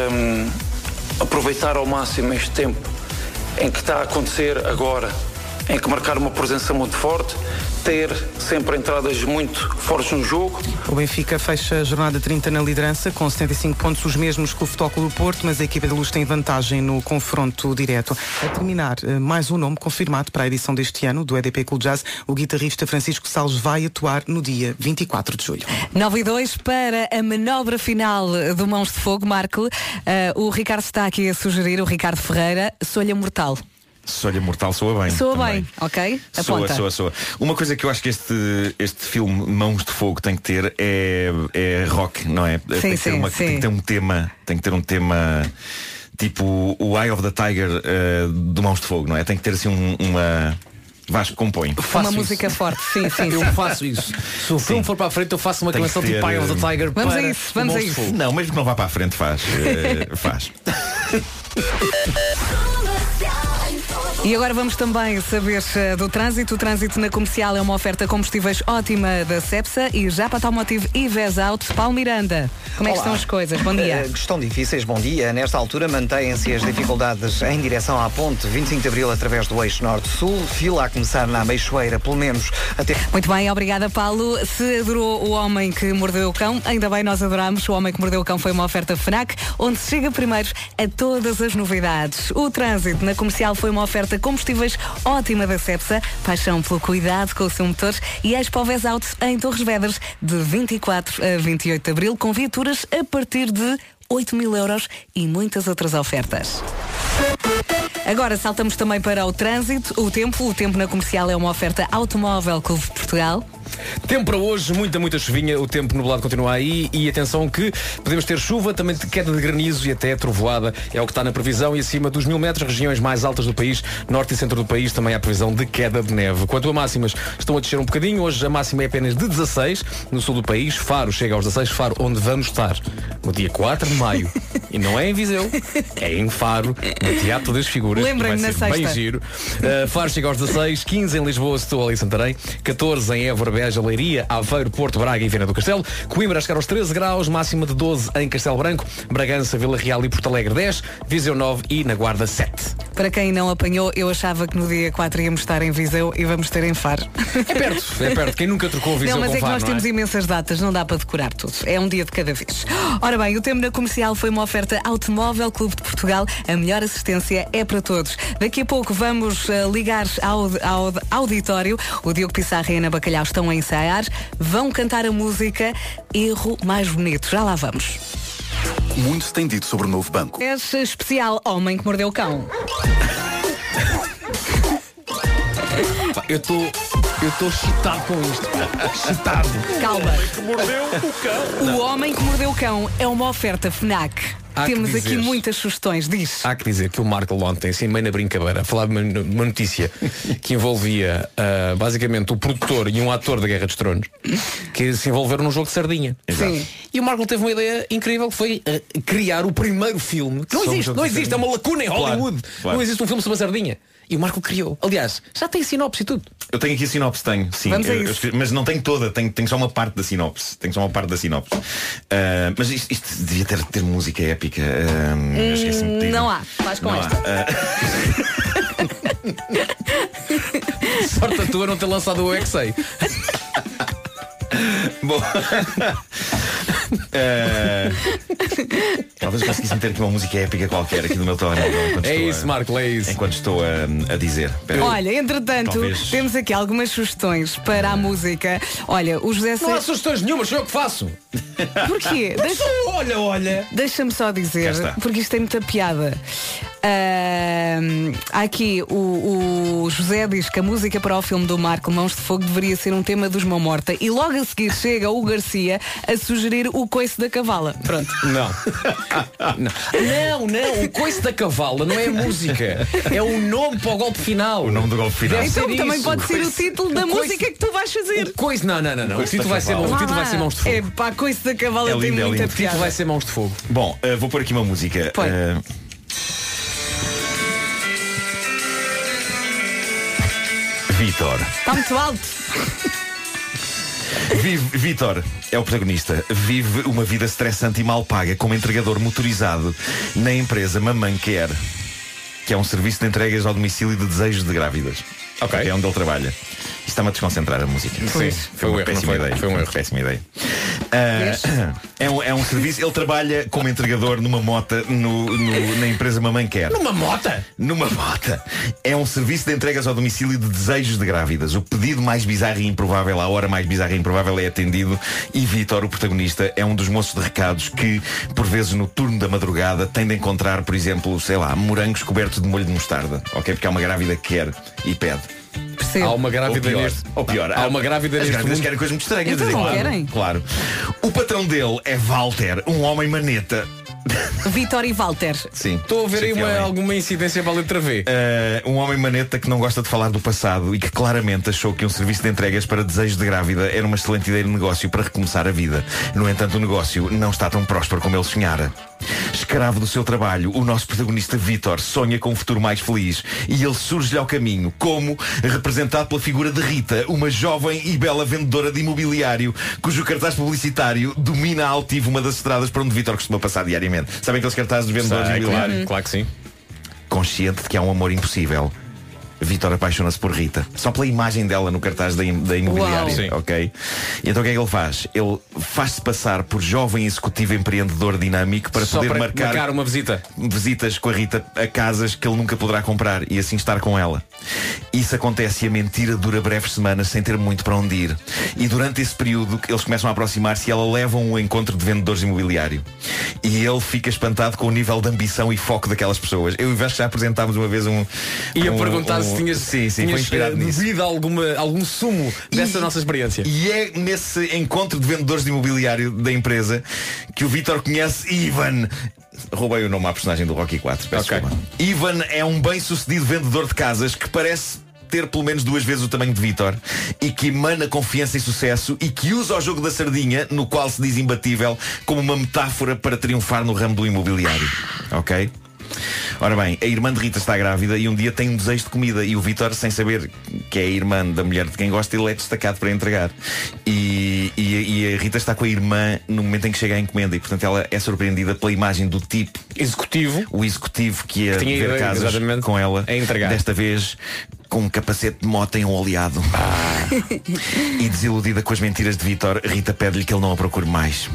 aproveitar ao máximo este tempo em que está a acontecer agora, em que marcar uma presença muito forte, ter sempre entradas muito fortes no jogo. O Benfica fecha a jornada 30 na liderança com 75 pontos, os mesmos que o Futebol Clube do Porto, mas a equipa da Luz tem vantagem no confronto direto. A terminar, mais um nome confirmado para a edição deste ano do EDP Cool Jazz. O guitarrista Francisco Salles vai atuar no dia 24 de julho. 9-2 para a manobra final do Mãos de Fogo, Marco. O Ricardo está aqui a sugerir, o Ricardo Ferreira, Solha Mortal. Solha Mortal soa bem. Soa também. bem, ok? Aponta. Soa. Uma coisa que eu acho que este filme Mãos de Fogo tem que ter é rock, não é? Tem que ter um tema, tem que ter um tema tipo o Eye of the Tiger do Mãos de Fogo, não é? Tem que ter assim uma... Vasco, compõe. Uma música forte, sim. Eu faço isso. Se o filme for para a frente, eu faço uma canção tipo Eye of the Tiger. Vamos a isso, vamos a isso. Não, mesmo que não vá para a frente, faz. E agora vamos também saber do trânsito. O trânsito na Comercial é uma oferta combustíveis ótima da Cepsa e Japa Automotive e Vez Out. Paulo Miranda, como é que estão as coisas? Bom dia. Estão difíceis, bom dia. Nesta altura mantêm-se as dificuldades em direção à ponte 25 de Abril através do eixo norte-sul. Fila a começar na Meixoeira, pelo menos até... Muito bem, obrigada, Paulo. Se adorou O Homem que Mordeu o Cão, ainda bem, nós adoramos. O Homem que Mordeu o Cão foi uma oferta FNAC, onde se chega primeiro a todas as novidades. O trânsito na Comercial foi uma oferta combustíveis ótima da Cepsa, paixão pelo cuidado com o seu motor e Expo Vez Out em Torres Vedras de 24 a 28 de Abril, com viaturas a partir de 8.000 euros e muitas outras ofertas. Agora saltamos também para o trânsito. O tempo na Comercial é uma oferta Automóvel Clube de Portugal. Tempo para hoje, muita chuvinha, o tempo nublado continua aí e atenção que podemos ter chuva, também queda de granizo e até trovoada, é o que está na previsão, e acima dos 1.000 metros, regiões mais altas do país, norte e centro do país, também há previsão de queda de neve. Quanto a máximas, estão a descer um bocadinho, hoje a máxima é apenas de 16, no sul do país, Faro chega aos 16, Faro onde vamos estar no dia 4 de maio, e não é em Viseu, é em Faro, no Teatro das Figuras. Lembrem-me na sexta. Bem giro. Faro chega aos 16, 15 em Lisboa, Setúbal e Santarém, 14 em Évora, Beja, Leiria, Aveiro, Porto, Braga e Viana do Castelo, Coimbra a chegar aos 13 graus, máxima de 12 em Castelo Branco, Bragança, Vila Real e Porto Alegre 10, Viseu 9 e na Guarda 7. Para quem não apanhou, eu achava que no dia 4 íamos estar em Viseu e vamos ter em Faro. É perto. Quem nunca trocou Viseu com Faro, não, mas é que nós temos imensas datas, não dá para decorar tudo. É um dia de cada vez. Ora bem, o tempo na Comercial foi uma oferta Automóvel Clube de Portugal. A melhor assistência é para todos. Daqui a pouco vamos ligar ao auditório. O Diogo Pissarra e Ana Bacalhau estão a ensaiar. Vão cantar a música Erro Mais Bonito. Já lá vamos. Muito se tem dito sobre o novo banco. És especial Homem que Mordeu o Cão. Eu estou excitado com isto. Excitado. Calma. O Homem que Mordeu o Cão. O Homem que Mordeu o Cão é uma oferta FNAC. Temos aqui muitas sugestões, diz. Há que dizer que o Marco ontem, assim meio na brincadeira, a falar de uma notícia que envolvia basicamente o produtor e um ator da Guerra dos Tronos que se envolveram num jogo de sardinha. Sim. E o Marco teve uma ideia incrível, que foi criar o primeiro filme. Não existe, é uma lacuna em Hollywood. Claro. Não existe um filme sobre a sardinha. E o Marco criou. Aliás, já tem sinopse e tudo. Eu tenho aqui a sinopse, tenho. Sim. Mas não tenho toda, tenho só uma parte da sinopse. Mas isto devia ter música épica. Eu esqueci-me de ter. Não há, faz com esta. Sorte a tua não ter lançado o XA. Bom. Talvez eu conseguisse meter aqui uma música épica qualquer aqui do meu telemóvel. Marco, é isso. Enquanto estou a dizer. Olha, entretanto, temos aqui algumas sugestões para a música. Olha, o José Não há sugestões nenhumas, sou eu que faço. Porquê? Olha. Deixa-me só dizer, porque isto tem muita piada. Aqui o José diz que a música para o filme do Marco Mãos de Fogo deveria ser um tema dos Mão Morta. E logo a seguir chega o Garcia a sugerir o coice da cavala. Pronto. Não, o coice da cavala não é a música. É o nome para o golpe final. O nome do golpe final. Então também pode ser o título da música que tu vais fazer. O coice, não. O título vai ser Mãos de Fogo. É pá, coice da cavala tem muita piada. O título vai ser Mãos de Fogo. Bom, vou pôr aqui uma música. Vítor. Está muito alto. Vítor é o protagonista. Vive uma vida estressante e mal paga como entregador motorizado na empresa Mamãe Quer, que é um serviço de entregas ao domicílio de desejos de grávidas. Ok. É onde ele trabalha. Isto está-me a desconcentrar a música. Sim, foi uma péssima ideia. Foi uma péssima ideia. É um serviço. Ele trabalha como entregador numa mota na empresa Mamãe Quer. Numa mota? Numa mota. É um serviço de entregas ao domicílio de desejos de grávidas. O pedido mais bizarro e improvável, a hora mais bizarra e improvável é atendido. E Vítor, o protagonista, é um dos moços de recados que, por vezes no turno da madrugada, tem de encontrar, por exemplo, sei lá, morangos cobertos de molho de mostarda. Ok? Porque há uma grávida que quer e pede. Há uma grávida neste. Ou pior, há uma grávida neste. As grávidas querem coisas muito estranhas. Então não querem? Claro. O patrão dele é Walter, um homem maneta. Vítor e Walter. Sim. Estou a ver aí alguma incidência para a letra V. Um homem maneta que não gosta de falar do passado e que claramente achou que um serviço de entregas para desejos de grávida era uma excelente ideia de negócio para recomeçar a vida. No entanto, o negócio não está tão próspero como ele sonhara. Escravo do seu trabalho, o nosso protagonista Vítor sonha com um futuro mais feliz e ele surge-lhe ao caminho como representado pela figura de Rita, uma jovem e bela vendedora de imobiliário cujo cartaz publicitário domina a altivo uma das estradas para onde Vítor costuma passar diariamente. Sabem aqueles cartazes dos vendedores de imobiliário? Claro que sim. Consciente de que há um amor impossível, Vítor apaixona-se por Rita. Só pela imagem dela no cartaz da imobiliária. Ok? E então o que é que ele faz? Ele faz-se passar por jovem executivo empreendedor dinâmico para só poder para marcar uma visita. Visitas com a Rita a casas que ele nunca poderá comprar e assim estar com ela. Isso acontece e a mentira dura breves semanas sem ter muito para onde ir. E durante esse período eles começam a aproximar-se e ela leva um encontro de vendedores de imobiliário. E ele fica espantado com o nível de ambição e foco daquelas pessoas. Eu e o Vasco já apresentámos uma vez Ia perguntar se tinhas foi inspirado nisso. Bebido algum sumo dessa nossa experiência. E é nesse encontro de vendedores de imobiliário da empresa que o Vítor conhece Ivan. Roubei o nome à personagem do Rocky 4. Ivan é um bem-sucedido vendedor de casas que parece ter pelo menos 2 vezes o tamanho de Vítor e que emana confiança e sucesso e que usa o jogo da sardinha, no qual se diz imbatível, como uma metáfora para triunfar no ramo do imobiliário. Ok? Ora bem, a irmã de Rita está grávida e um dia tem um desejo de comida e o Vítor, sem saber que é a irmã da mulher de quem gosta, ele é destacado para entregar. E a Rita está com a irmã no momento em que chega a encomenda e, portanto, ela é surpreendida pela imagem do tipo executivo, o executivo que ia ver casas com ela, a entregar. Desta vez com um capacete de moto em um oleado. E desiludida com as mentiras de Vítor, Rita pede-lhe que ele não a procure mais.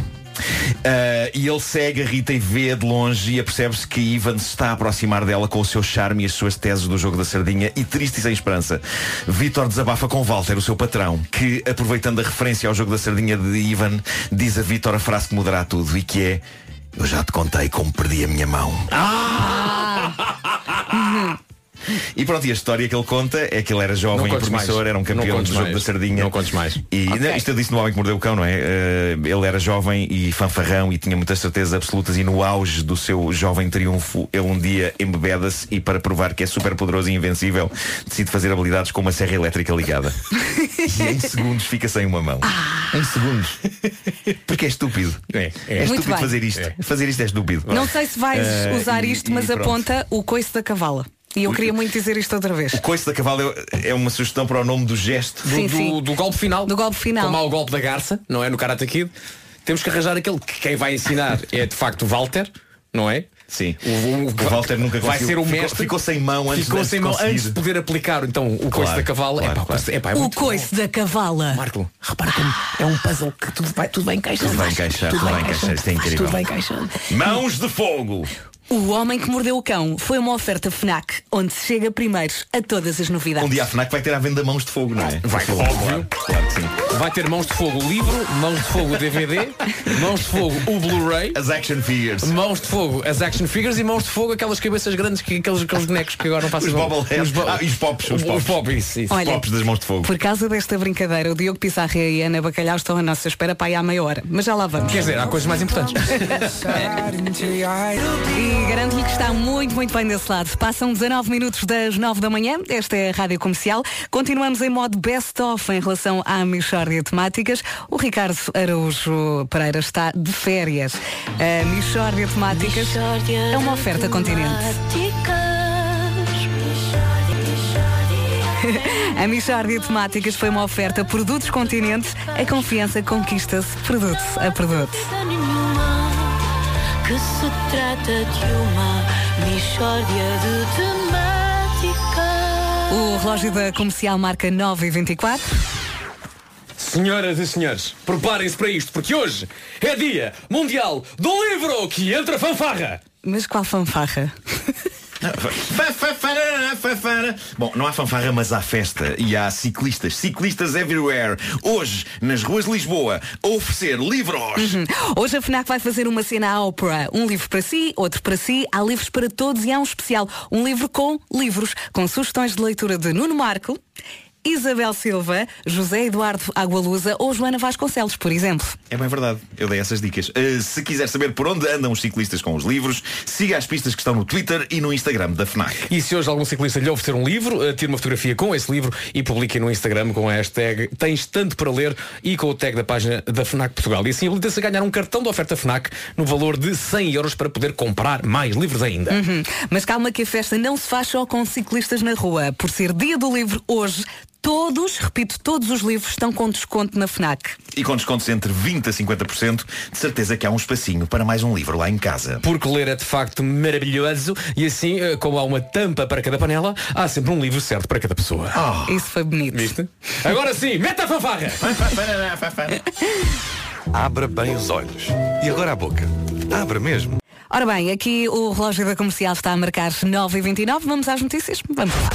E ele segue a Rita e vê de longe e apercebe-se que Ivan se está a aproximar dela com o seu charme e as suas teses do jogo da sardinha. E triste e sem esperança, Vítor desabafa com Walter, o seu patrão, que, aproveitando a referência ao jogo da sardinha de Ivan, diz a Vítor a frase que mudará tudo e que é: eu já te contei como perdi a minha mão. E pronto, e a história que ele conta é que ele era jovem e promissor, era um campeão do jogo da sardinha. Não contes mais. E isto eu disse no Homem que Mordeu o Cão, não é? Ele era jovem e fanfarrão e tinha muitas certezas absolutas, e no auge do seu jovem triunfo ele um dia embebeda-se e, para provar que é super poderoso e invencível, decide fazer habilidades com uma serra elétrica ligada. E em segundos fica sem uma mão. Em segundos. Porque é estúpido. É estúpido fazer isto. Fazer isto é estúpido. Não sei se vais usar isto, mas aponta o coice da cavala. E eu queria muito dizer isto outra vez. O coice da cavala é uma sugestão para o nome do gesto. Do golpe final. Do golpe final. Como há o golpe da garça, não é? No Karate Kid. Temos que arranjar aquele que quem vai ensinar é de facto o Walter, não é? Sim. O Walter nunca vai ser o mestre. Ficou sem mão antes de poder aplicar então o coice da cavala. O coice da cavala. Marco, repara como é um puzzle que tudo vai encaixando. Tudo vai encaixar. Isto é incrível. Tudo vai encaixando. Mãos de fogo. O Homem que Mordeu o Cão foi uma oferta FNAC, onde se chega primeiro a todas as novidades. Um dia a FNAC vai ter à venda Mãos de Fogo, não é? Vai, óbvio. Claro que sim. Vai ter Mãos de Fogo o livro, Mãos de Fogo o DVD, Mãos de Fogo o Blu-ray, as action figures, Mãos de Fogo as action figures e Mãos de Fogo aquelas cabeças grandes, aqueles bonecos que agora não fazem. Os bobbleheads. E os pops. Os pops das Mãos de Fogo. Por causa desta brincadeira, o Diogo Pissarra e a Ana Bacalhau estão à nossa espera para aí à meia hora. Mas já lá vamos. Quer dizer, há coisas mais importantes. E garanto-lhe que está muito bem desse lado. Passam 19 minutos das 9 da manhã. Esta é a Rádio Comercial. Continuamos em modo best-of em relação à Mixórdia Temáticas. O Ricardo Araújo Pereira está de férias. A Mixórdia Temáticas é uma oferta Continente. A Mixórdia Temáticas foi uma oferta Produtos Continente. A confiança conquista-se produto a produto. Que se trata de uma mixórdia de temáticas. O relógio da Comercial marca 9h24. Senhoras e senhores, preparem-se para isto, porque hoje é dia mundial do livro que entra fanfarra. Mas qual fanfarra? Bom, não há fanfarra, mas há festa. E há ciclistas everywhere. Hoje, nas ruas de Lisboa, a oferecer livros. Hoje a FNAC vai fazer uma cena à ópera. Um livro para si, outro para si. Há livros para todos e há um especial. Um livro com livros, com sugestões de leitura de Nuno Marco, Isabel Silva, José Eduardo Agualusa ou Joana Vasconcelos, por exemplo. É bem verdade, eu dei essas dicas. Se quiser saber por onde andam os ciclistas com os livros, siga as pistas que estão no Twitter e no Instagram da FNAC. E se hoje algum ciclista lhe oferecer um livro, tire uma fotografia com esse livro e publique no Instagram com a hashtag Tens Tanto para Ler e com o tag da página da FNAC Portugal. E assim habilita-se a ganhar um cartão de oferta FNAC no valor de 100 euros para poder comprar mais livros ainda. Mas calma que a festa não se faz só com ciclistas na rua. Por ser dia do livro hoje, todos os livros estão com desconto na FNAC. E com descontos entre 20% a 50%, de certeza que há um espacinho para mais um livro lá em casa. Porque ler é de facto maravilhoso e assim, como há uma tampa para cada panela, há sempre um livro certo para cada pessoa. Isso foi bonito. Viste? Agora sim, meta a fanfarra! Abra bem os olhos. E agora a boca. Abra mesmo. Ora bem, aqui o relógio da Comercial está a marcar 9h29. Vamos às notícias? Vamos lá.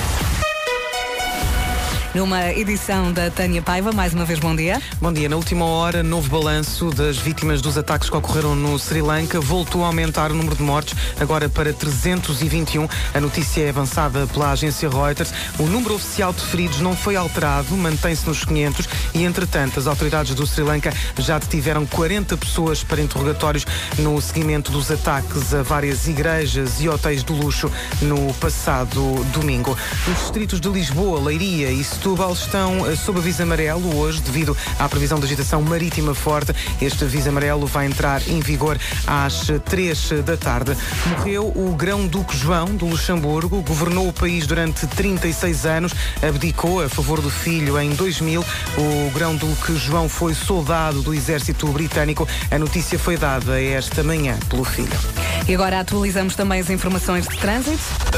Numa edição da Tânia Paiva, mais uma vez bom dia. Bom dia. Na última hora, novo balanço das vítimas dos ataques que ocorreram no Sri Lanka. Voltou a aumentar o número de mortes, agora para 321. A notícia é avançada pela agência Reuters. O número oficial de feridos não foi alterado, mantém-se nos 500 e, entretanto, as autoridades do Sri Lanka já detiveram 40 pessoas para interrogatórios no seguimento dos ataques a várias igrejas e hotéis de luxo no passado domingo. Os distritos de Lisboa, Leiria e Setúbal estão sob aviso amarelo hoje devido à previsão de agitação marítima forte. Este aviso amarelo vai entrar em vigor às 3 da tarde. Morreu o Grão-Duque João do Luxemburgo, governou o país durante 36 anos, abdicou a favor do filho em 2000. O Grão-Duque João foi soldado do exército britânico. A notícia foi dada esta manhã pelo filho. E agora atualizamos também as informações de trânsito.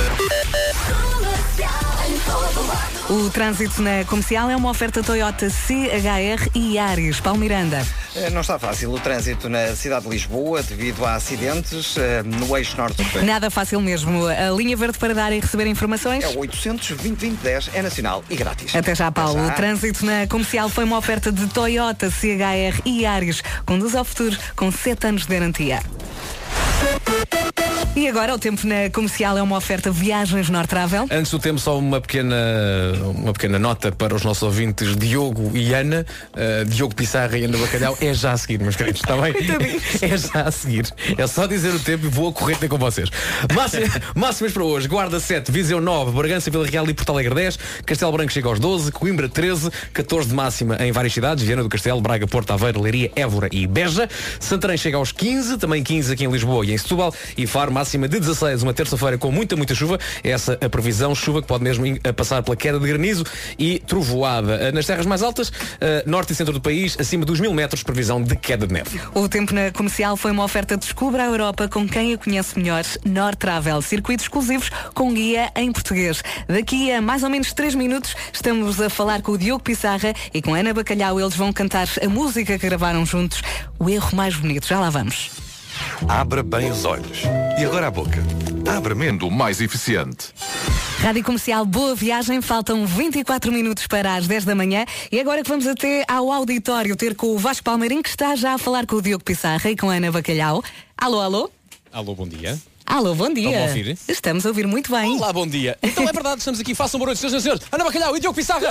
O trânsito na Comercial é uma oferta Toyota CHR e Yaris. Paulo Miranda. Não está fácil o trânsito na cidade de Lisboa devido a acidentes no eixo norte. Nada fácil mesmo. A linha verde para dar e receber informações? É o 800-2020-10, é nacional e grátis. Até já, Paulo. Até já. O trânsito na Comercial foi uma oferta de Toyota CHR e Yaris. Conduz ao futuro com 7 anos de garantia. E agora o tempo na comercial é uma oferta Viagens Nortravel. Antes do tempo, só uma pequena nota para os nossos ouvintes Diogo e Ana. Diogo Pissarra e Ana Bacalhau. É já a seguir, meus queridos, está bem? É já a seguir. É só dizer o tempo e vou a correr ter com vocês. Máximas para hoje. Guarda 7, Viseu 9, Bragança, Vila Real e Porto Alegre 10, Castelo Branco chega aos 12, Coimbra 13, 14 de máxima em várias cidades, Viana do Castelo, Braga, Porto Aveiro, Leiria, Évora e Beja. Santarém chega aos 15, também 15 aqui em Lisboa e em Setúbal, e Faro máxima de 16, uma terça-feira com muita chuva. Essa a previsão, chuva que pode mesmo passar pela queda de granizo e trovoada. Nas terras mais altas, norte e centro do país, acima dos 1000 metros, previsão de queda de neve. O tempo na comercial foi uma oferta Descubra a Europa com quem a conhece melhor. Nortravel, circuitos exclusivos com guia em português. Daqui a mais ou menos 3 minutos estamos a falar com o Diogo Pissarra e com a Ana Bacalhau. Eles vão cantar a música que gravaram juntos, O Erro Mais Bonito. Já lá vamos. Abra bem os olhos. E agora a boca. Abra menos, mais eficiente. Rádio Comercial, boa viagem. Faltam 24 minutos para as 10 da manhã. E agora que vamos até ao auditório ter com o Vasco Palmeirim, que está já a falar com o Diogo Pissarra e com a Ana Bacalhau. Alô, alô? Alô, bom dia. Alô, bom dia. Estão a ouvir? Estamos a ouvir muito bem. Olá, bom dia. Então é verdade, estamos aqui, façam barulho, senhoras e senhores. Ana Bacalhau e Diogo Pissarra.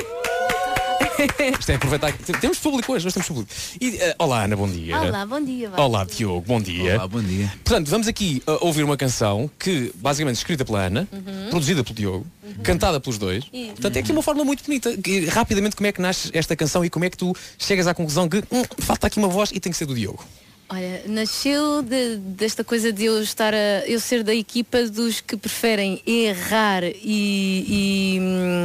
Isto é aproveitar. Temos público hoje, nós temos público. Olá, Ana, bom dia. Olá, bom dia. Vasco. Olá, Diogo, bom dia. Olá, bom dia. Portanto, vamos aqui ouvir uma canção que, basicamente, escrita pela Ana, produzida pelo Diogo, cantada pelos dois. Portanto, é aqui uma forma muito bonita. Rapidamente, como é que nasce esta canção e como é que tu chegas à conclusão que falta aqui uma voz e tem que ser do Diogo? Olha, nasceu desta coisa de eu ser da equipa dos que preferem errar e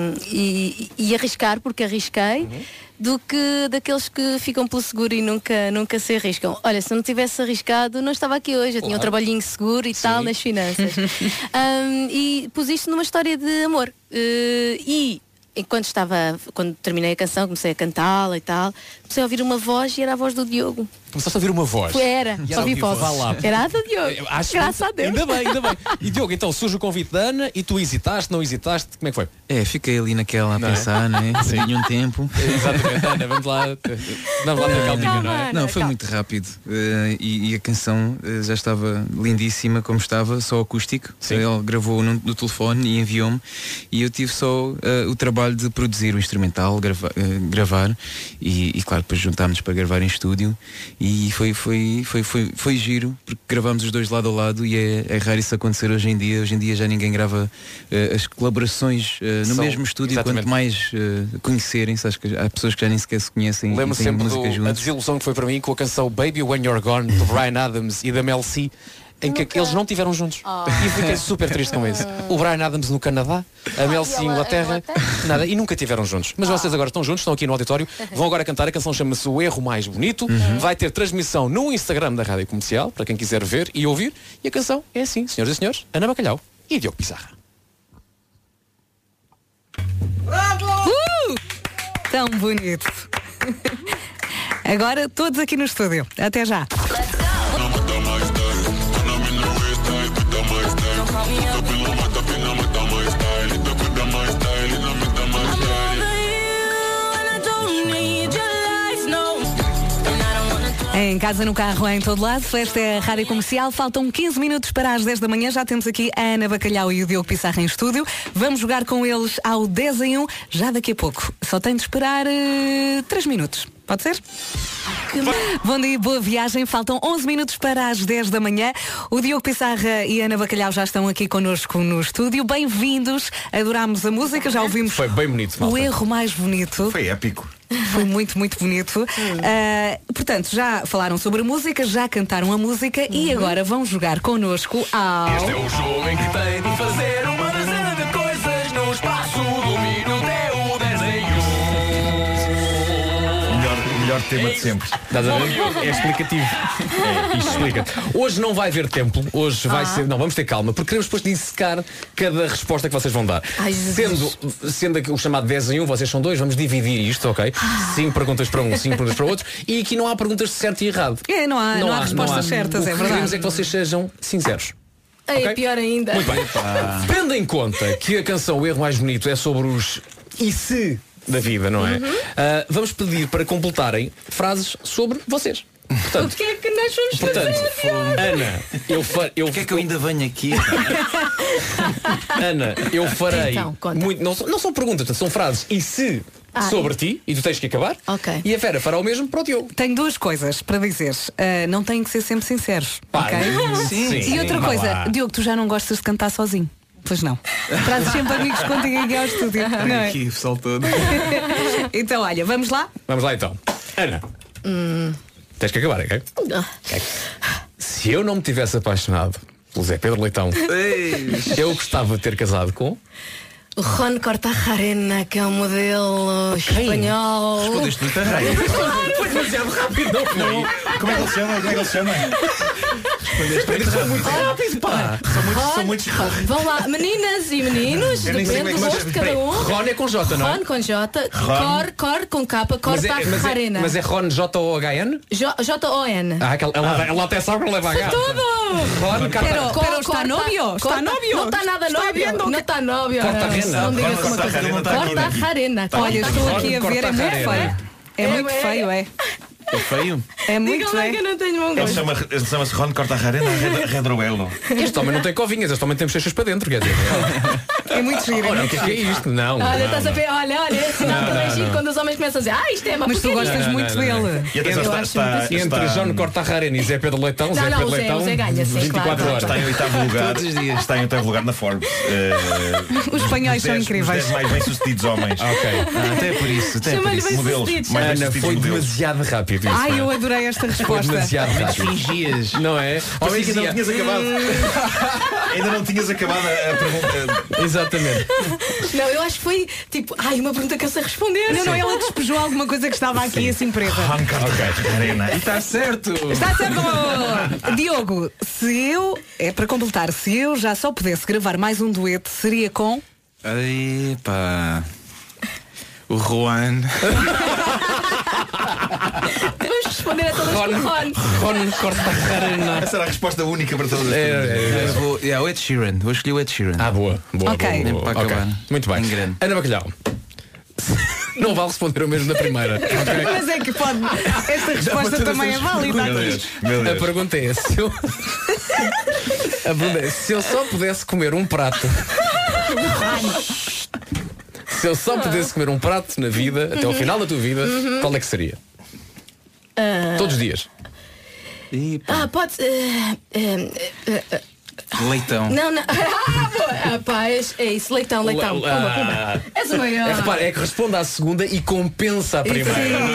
arriscar, porque arrisquei, do que daqueles que ficam pelo seguro e nunca se arriscam. Olha, se eu não tivesse arriscado, não estava aqui hoje. Eu tinha um trabalhinho seguro e tal nas finanças. E pus isto numa história de amor. Quando terminei a canção, comecei a cantá-la e tal, comecei a ouvir uma voz e era a voz do Diogo. Começaste a ouvir uma voz? Era, só vi voz. Era a do Diogo. Graças a Deus. Ainda bem. E Diogo, então surge o convite da Ana e tu hesitaste, não hesitaste, como é que foi? Fiquei ali naquela a pensar, não é? Sem nenhum tempo. Exatamente, Ana, vamos lá ter calminha, não é? Não, foi muito rápido. E a canção já estava lindíssima como estava, só acústico. Ele gravou no telefone e enviou-me. E eu tive só o trabalho de produzir o instrumental, gravar e claro, depois juntámos para gravar em estúdio e foi giro, porque gravámos os dois lado a lado e é raro isso acontecer hoje em dia já ninguém grava as colaborações no mesmo estúdio, exatamente. Quanto mais conhecerem-se, acho que há pessoas que já nem sequer se conhecem. Lembro sempre a desilusão que foi para mim com a canção Baby When You're Gone, do Bryan Adams e da Mel C, em que eles não tiveram juntos. E fiquei super triste com isso. O Bryan Adams no Canadá, a Mel C em Inglaterra, nada, e nunca tiveram juntos. Mas vocês agora estão juntos, estão aqui no auditório, vão agora cantar. A canção chama-se O Erro Mais Bonito. Vai ter transmissão no Instagram da Rádio Comercial, para quem quiser ver e ouvir. E a canção é assim, senhoras e senhores, Ana Bacalhau e Diogo Pissarra. Bravo! Tão bonito. Agora todos aqui no estúdio. Até já. Em casa, no carro, em todo lado. Esta é a Rádio Comercial. Faltam 15 minutos para as 10 da manhã. Já temos aqui a Ana Bacalhau e o Diogo Pissarra em estúdio. Vamos jogar com eles ao 10 em 1 já daqui a pouco. Só tem de esperar 3 minutos. Pode ser? Bom dia, boa viagem. Faltam 11 minutos para as 10 da manhã. O Diogo Pissarra e a Ana Bacalhau já estão aqui connosco no estúdio. Bem-vindos. Adorámos a música. Já ouvimos. Foi bem bonito, malta. O Erro Mais Bonito. Foi épico. Foi muito, muito bonito. Portanto, já falaram sobre a música, já cantaram a música e agora vão jogar connosco ao... Este é o jogo em que tem de fazer uma dezena de coisas no espaço do minuto. É o 10 em 1. Melhor tema de sempre. Estás a ver? É explicativo. Isto explica. Hoje não vai haver tempo. Hoje vai ser... Não, vamos ter calma, porque queremos depois dissecar cada resposta que vocês vão dar. Sendo aqui o chamado 10 em 1, vocês são dois, vamos dividir isto, ok? 5 perguntas para um, 5 perguntas para outro. E aqui não há perguntas de certo e errado. Não há respostas certas, é verdade. O que queremos é que vocês sejam sinceros. É pior ainda. Muito bem. Tendo em conta que a canção O Erro Mais Bonito é sobre os e se da vida, não é? Vamos pedir para completarem frases sobre vocês. Portanto, o que é que nós vamos fazer, Diogo? Ana, o que é que eu ainda venho aqui? Ana, eu farei Então, conta. muito. Não são perguntas, são frases. E se sobre ti, e tu tens que acabar, Ok. e a Vera fará o mesmo para o Diogo. Tenho duas coisas para dizer. Não têm que ser sempre sinceros. Pá, ok? sim, E outra vá coisa, lá. Diogo, tu já não gostas de cantar sozinho. Pois não. Trazes sempre amigos contigo aqui ao estúdio. Não é? Aqui, o pessoal todo. Então, olha, vamos lá? Vamos lá então. Ana, tens que acabar, ok? Ok. Se eu não me tivesse apaixonado pelo Zé Pedro Leitão, eu gostava de ter casado com... Juan Cortajarena, que é um modelo espanhol. Respondeste muito bem. Foi demasiado rápido, não foi? Como é que ele se chama? Como é que ele se chama? Respondeste muito rápido, pá. São muitos. Vão lá, meninas e meninos, Eu nem sei depende do como é que gosto de cada um. Ron é com J, não é? Ron com J, Ron. Cor com K, Cortajarena. Mas é Ron J-O-H-N? J-O-N. Ah, ela até sabe que leva H. Tudo! Ron, Pero está novio? Está novio? Não está nada novio. Não está novio. Cortajarena. Não digas uma coisa. Cortajarena. Olha, estou aqui a ver, é muito feio. É muito feio, é. É feio? É muito Diga lá que eu feio. não tenho bom gosto. Ele chama-se Ron Cortajarena Redroelo. Este homem não tem covinhas, este homem tem bochechas para dentro, quer dizer. É muito giro. Ora, o que é isto? Não. Olha, não, estás a não. ver, olha, esse sinal também é giro quando os homens começam a dizer, isto é uma Mas tu porcaria. gostas muito dele. E atenção, Entre João Cortajarena e Zé Pedro Leitão, Zé Pedro o Leitão, Zé ganha, sim, 24 claro. horas. Está em oitavo lugar. Todos os dias. Está em oitavo lugar na Forbes. Os espanhóis são Os incríveis. 10 mais bem-sucedidos homens. Ok. Até por isso. Até por Chama-lhe isso. Modelos. bem-sucedidos. Mais Ana, bem-sucedidos foi modelos. demasiado rápido isso. Ai, eu adorei esta Foi resposta. demasiado rápido. Fingias. Não é? Homem, ainda não tinhas acabado. Ainda não tinhas acabado a pergunta. Exatamente. Não, eu acho que foi tipo, uma pergunta que eu sei responder. Não, ela despejou alguma coisa que estava aqui assim preta. Ron Cortajarena. E está certo. Está certo! Diogo, é para completar, se eu já só pudesse gravar mais um dueto, seria com... Epá. O Juan. Vamos responder a todas com Ron. Ron Cortajarena. Essa era a resposta única para todas as perguntas. O Ed Sheeran. Vou escolher o Ed Sheeran. Ah, boa. Ok. Boa. Para Ok. acabar. Muito bem. Em grande. Ana Bacalhau. Não vale responder o mesmo da primeira. ok? Mas é que pode... Esta resposta também é válida. Meu Deus, meu A Deus. pergunta é se eu só pudesse comer um prato. Se eu só pudesse comer um prato na vida, até ao final da tua vida, qual é que seria? Todos os dias. Pode Leitão. Não. Rapaz, é isso, leitão. Pumba. És o maior. Repara, é que responde à segunda e compensa a primeira.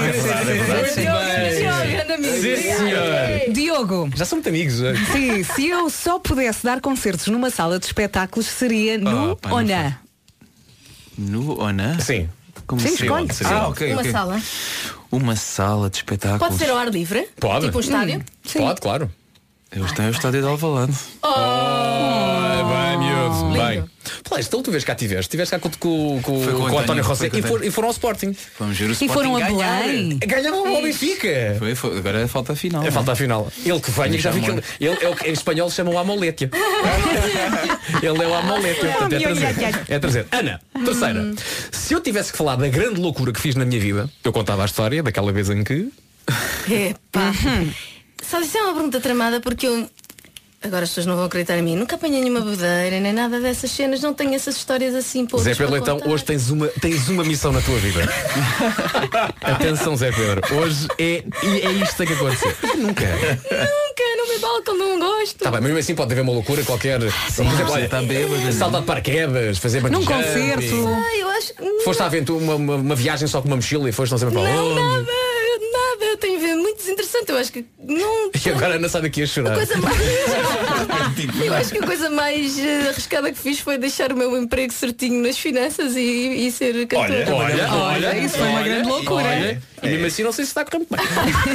Sim, senhor. Diogo, Já são muito amigos hoje. sim, se eu só pudesse dar concertos numa sala de espetáculos, seria nu pá, ou não não? Nu ou não? Sim. Como Sim, assim? escolhe. Ok. Uma sala. Uma sala de espetáculos. Pode ser ao ar livre? Pode. Tipo um estádio? Pode, claro. Eu estou no estádio de Alvalade. Bem, miúdo. Lindo. Bem. Falaste, então tu vês cá estiveste cá com o António Rosé e foram ao Sporting. Vamos ver o E Sporting foram a ganhar. Belém. Ganharam ao Benfica. Foi. Agora falta a final. É falta a final. Ele que venha, já vi que ele é o que em espanhol se chama o Amoletia. Ele é o Amoletia. Portanto, é trazer. Ana, terceira. Se eu tivesse que falar da grande loucura que fiz na minha vida, eu contava a história daquela vez em que. Epá. Só isso é uma pergunta tramada porque eu... Agora as pessoas não vão acreditar em mim. Nunca apanhei nenhuma bebedeira, nem nada dessas cenas. Não tenho essas histórias assim podres Zé Pedro para Leitão, contar. hoje tens uma missão na tua vida. Atenção, Zé Pedro. Hoje é isto que aconteceu. Nunca. Não bebo álcool, não gosto. Tá bem, mas mesmo assim pode haver uma loucura qualquer. Por exemplo, olha, está bêbado. saltar de paraquedas, fazer Num bungee jumping. concerto. Eu acho... Foste a aventura, uma viagem só com uma mochila e foste não sei para Não, onde. nada. Eu tenho ver muito desinteressante. Eu acho que não... E agora a Ana sai daqui a chorar. A coisa mais... Eu acho que a coisa mais arriscada que fiz foi deixar o meu emprego certinho nas finanças e ser cantora. Olha, isso foi uma grande loucura. Olha, e mesmo assim não sei se está correndo bem.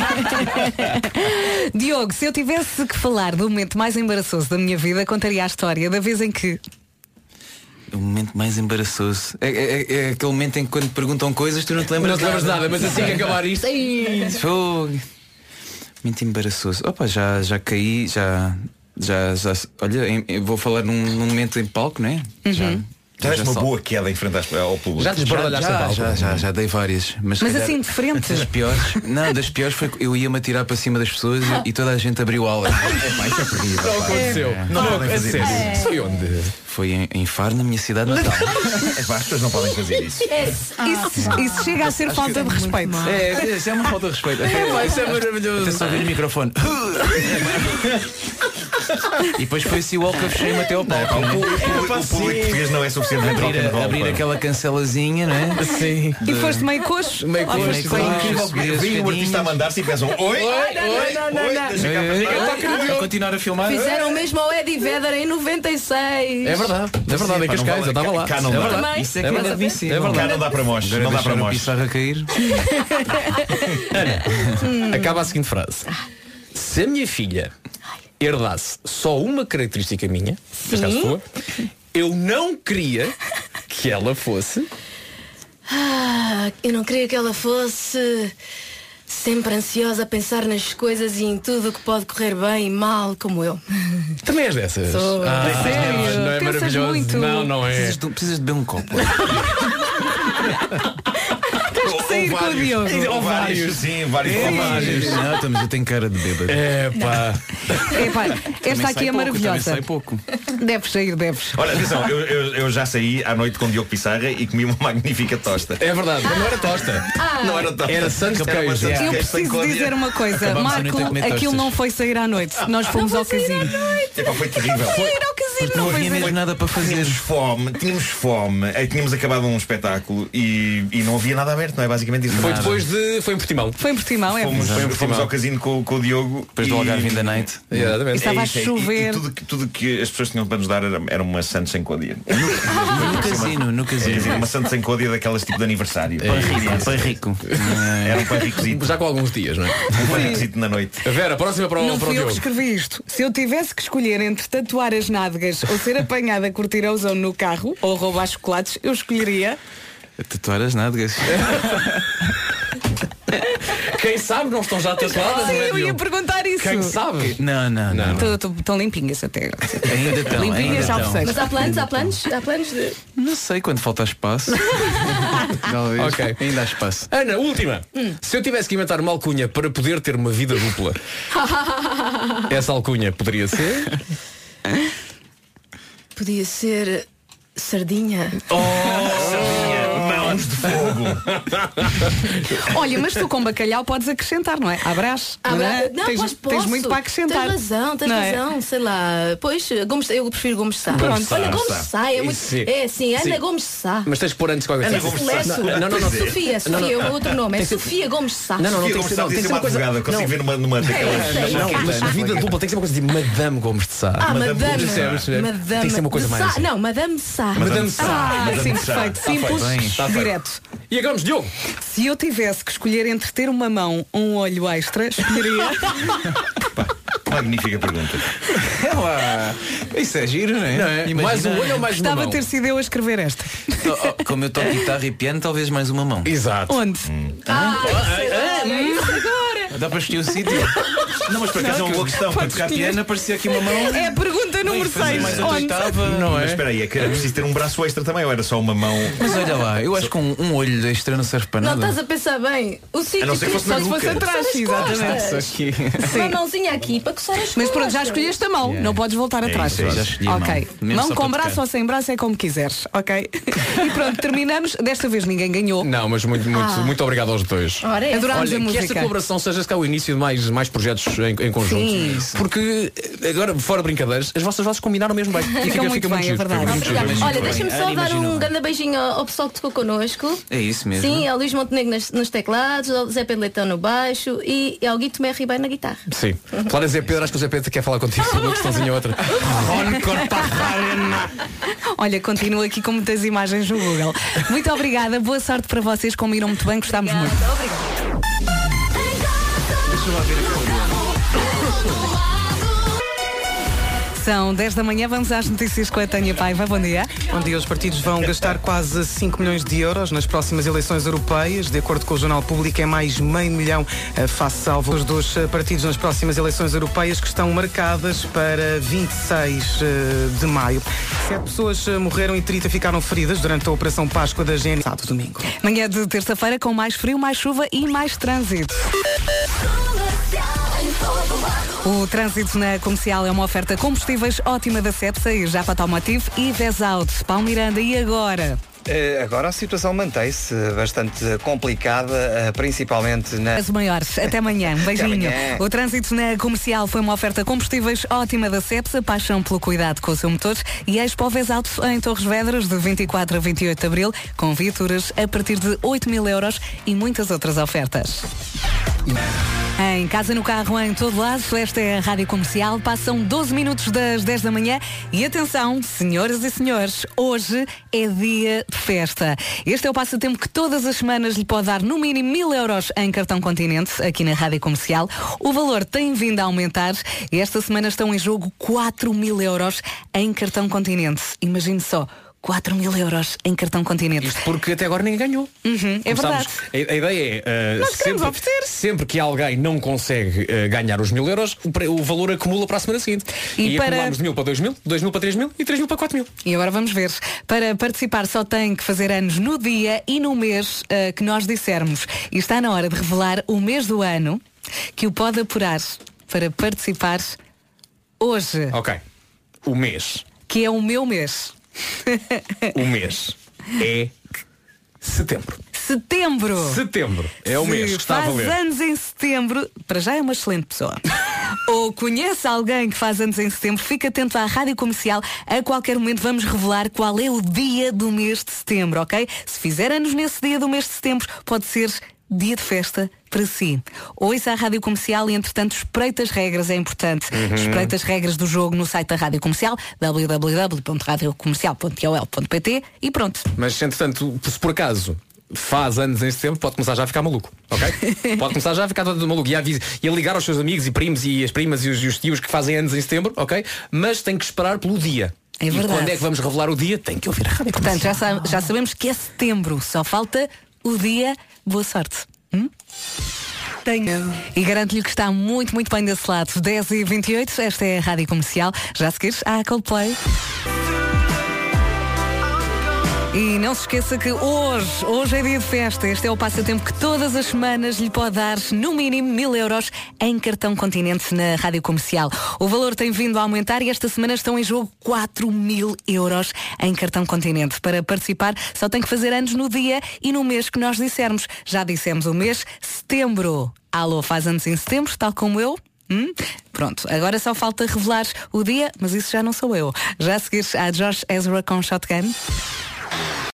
Diogo, se eu tivesse que falar do momento mais embaraçoso da minha vida, contaria a história da vez em que... O momento mais embaraçoso. É aquele momento em que quando te perguntam coisas tu não te lembras Não te lembras de nada, mas assim que acabar isto. Fogo. Muito embaraçoso. Opa, já caí, já. Olha, eu vou falar num momento em palco, não é? Já deste uma boa queda em frente ao público. Já desbordalhaste a palco? Já dei várias. Mas assim, de frente? Das piores foi que eu ia-me atirar para cima das pessoas e toda a gente abriu aula. Isso é terrível. Não aconteceu. Não podem fazer isso. Foi onde? Foi em Faro, na minha cidade natal. As pessoas não podem fazer isso. Isso chega a ser falta de respeito. Isso é uma falta de respeito. Isso é maravilhoso. Até só ouvir o microfone. E depois foi assim o walk of shame até ao palco. O público português não é suficientemente abrir aquela cancelazinha, não é? Sim. E foste meio coxo. Vem o artista a mandar-se e pensam: oi, a continuar a filmar. Fizeram mesmo ao Eddie Vedder em 96. É verdade, em Cascais, eu estava lá. Cá não dá. Isso é que é inadmissível. Cá não dá para nós. Não dá para nós. Pissarra a cair. Ana, acaba a seguinte frase: se a minha filha herdasse só uma característica minha, neste caso tua, eu não queria que ela fosse. Eu não queria que ela fosse sempre ansiosa a pensar nas coisas e em tudo o que pode correr bem e mal, como eu. Também és dessas? Sou. Sério? Não é maravilhoso? Muito. Não é. Precisas de beber um copo. Sair com o Diogo. Ou vários. Sim, vários. Não, mas eu tenho cara de bêbado. Esta aqui é maravilhosa. Sai pouco. Deves sair, deves. Olha, atenção, eu já saí à noite com Diogo Pissarra e comi uma magnífica tosta. É verdade, mas não era tosta. Não era tosta. Era sangue de queijo. Eu preciso dizer uma coisa, Marco, aquilo não foi sair à noite. Nós fomos ao casino. Foi terrível. Não havia mesmo nada para fazer. Tínhamos fome, tínhamos acabado um espetáculo e não havia nada aberto, não é? Basicamente isso. Foi depois de. Foi em Portimão. Foi em Portimão, Fomos ao casino com o Diogo. Depois do Algarve in the Night. Exatamente. Estava a chover. E tudo que as pessoas tinham para nos dar era uma Santos sem códia. No casino. Uma Santos sem códia daquelas tipo de aniversário. Pão rico. Era um pão ricozito. Já com alguns dias, não é? Um pão ricozito na noite. A Vera, próxima para o Não fui eu Diogo. que escrevi isto. Se eu tivesse que escolher entre tatuar as nádegas ou ser apanhada a curtir a ozone no carro ou roubar chocolates, eu escolheria tatuar as nádegas. Quem sabe não estão já tatuadas? Sim, eu ia perguntar isso. Quem sabe? Não. Estão limpinhas até. Ainda estão. Limpinhas já estão. Mas há planos de... Não sei quando falta espaço. Talvez. Ok. Ainda há espaço. Ana, última. Se eu tivesse que inventar uma alcunha para poder ter uma vida dupla, essa alcunha poderia ser? Podia ser sardinha. Sardinha, mãos de fogo. Olha, mas tu com bacalhau podes acrescentar, não é? Abraço. Tens muito para acrescentar. Tens razão, sei lá. Pois, eu prefiro Gomes de Sá. Pronto. Olha, Gomes de Sá é muito. É assim, Ana Gomes de Sá. Mas tens de pôr antes qualquer Ana coisa. Gomes de Sá. Não. Sofia, o outro nome é Sofia Gomes de Sá. Não, Tem que ser uma advogada, consigo ver numa daquelas. Não, mas a vida dupla tem que ser uma coisa de Madame Gomes de Sá. Madame. Tem que ser uma coisa mais. Não, Madame de Sá. Madame de Sá. Sim, perfeito. Simples, direto. E agora vamos, Diogo. Se eu tivesse que escolher entre ter uma mão ou um olho extra, escolheria. Magnífica pergunta. Isso é giro, não é? Imagina, mais um olho ou mais uma mão? Gostava de ter sido eu a escrever esta. Como eu toco guitarra e piano, talvez mais uma mão. Exato. Onde? Isso agora. Dá para escolher o sítio? Não, mas por acaso é uma boa questão. Para tocar piano aparecia aqui uma mão. É a pergunta número 6. Onde? Não é? Mas espera aí, é que era preciso ter um braço extra também, ou era só uma mão? Mas olha lá, eu acho que um olho extra não serve para Não nada. estás a pensar bem. O sítio A não ser que fosse Só na se fosse nuca. atrás, exatamente. Aqui. Uma mãozinha aqui para coçar as Mas pronto, já costas. escolheste a mão, não podes voltar atrás. isso, já escolhi a mão. Ok. Mesmo Mão só com para braço tocar. ou sem braço é como quiseres, ok? E pronto, terminamos. Desta vez ninguém ganhou. Não, mas muito obrigado aos dois. Ora, é. Adorámos a Olha, que esta música. colaboração seja se cá o início de mais projetos em conjunto. Sim. Porque, agora, fora brincadeiras, as vossas vozes combinaram mesmo bem. E Ficam muito bem, é giro, verdade. fica muito giro. Obrigada. Olha, deixa-me só dar Imagina um bem. grande beijinho ao pessoal que tocou connosco. É isso mesmo. Sim, ao Luís Montenegro nos teclados, ao Zé Pedro Leitão no baixo e ao Guito Tomé Ribeiro na guitarra. Sim. Falar em Zé Pedro, acho que o Zé Pedro quer falar contigo sobre uma questãozinha ou outra. Olha, continuo aqui com muitas imagens no Google. Muito obrigada, boa sorte para vocês, combinam muito bem, gostámos muito. São 10 da manhã, vamos às notícias com a Tânia Paiva. Bom dia. Bom dia. Os partidos vão gastar quase 5 milhões de euros nas próximas eleições europeias. De acordo com o Jornal Público, é mais meio milhão face ao valor dos partidos nas próximas eleições europeias, que estão marcadas para 26 de maio. 7 pessoas morreram e 30 ficaram feridas durante a Operação Páscoa da GN. Sábado, domingo. Manhã de terça-feira com mais frio, mais chuva e mais trânsito. O trânsito na Comercial é uma oferta combustíveis ótima da Cepsa e Japa Automotive e Vesauto. Paulo Miranda, e agora? Agora a situação mantém-se bastante complicada, principalmente na... As maiores. Até amanhã. Beijinho. Até amanhã. O trânsito na Comercial foi uma oferta combustíveis ótima da Cepsa, paixão pelo cuidado com o seu motor, e Expo Vesauto em Torres Vedras de 24 a 28 de abril, com viaturas a partir de 8 mil euros e muitas outras ofertas. Em casa, no carro, em todo lado, esta é a Rádio Comercial. Passam 12 minutos das 10 da manhã e atenção, senhoras e senhores, hoje é dia de festa. Este é o passatempo que todas as semanas lhe pode dar no mínimo 1000 euros em cartão Continente, aqui na Rádio Comercial. O valor tem vindo a aumentar e esta semana estão em jogo 4 mil euros em cartão Continente. Imagine só. 4 mil euros em cartão Continente. Isto porque até agora ninguém ganhou. É verdade. A ideia é sempre que alguém não consegue ganhar os 1000 euros, o valor acumula para a semana seguinte. E acumulamos de 1000 para 2000, 2000 para 3000 e 3000 para 4000. E agora vamos ver. Para participar só tem que fazer anos no dia e no mês que nós dissermos. E está na hora de revelar o mês do ano que o pode apurar para participar hoje. Ok. O mês. Que é o meu mês. O mês é setembro. Setembro. É o mês que está a valer. Faz anos em setembro, para já é uma excelente pessoa. Ou conhece alguém que faz anos em setembro, fica atento à Rádio Comercial. A qualquer momento vamos revelar qual é o dia do mês de setembro, ok? Se fizer anos nesse dia do mês de setembro, pode ser dia de festa para si. Ouça a Rádio Comercial e, entretanto, espreita as regras, é importante. Espreita as regras do jogo no site da Rádio Comercial, www.radiocomercial.ol.pt, e pronto. Mas, entretanto, se por acaso faz anos em setembro, pode começar já a ficar maluco, ok? Pode começar já a ficar todo maluco e a ligar aos seus amigos e primos e as primas e os tios que fazem anos em setembro, ok? Mas tem que esperar pelo dia. É verdade. E quando é que vamos revelar o dia? Tem que ouvir a Rádio Comercial. Portanto, já sabemos que é setembro, só falta o dia. Boa sorte. Tenho. E garanto-lhe que está muito, muito bem desse lado. 10h28, esta é a Rádio Comercial. Já a seguir, há Coldplay. E não se esqueça que hoje é dia de festa. Este é o passatempo que todas as semanas lhe pode dar no mínimo 1000 euros em cartão Continente na Rádio Comercial. O valor tem vindo a aumentar e esta semana estão em jogo 4 mil euros em cartão Continente. Para participar só tem que fazer anos no dia e no mês que nós dissermos. Já dissemos o mês, setembro. Alô, faz anos em setembro, tal como eu? Pronto, agora só falta revelar o dia, mas isso já não sou eu. Já a seguir, há Josh Ezra com Shotgun.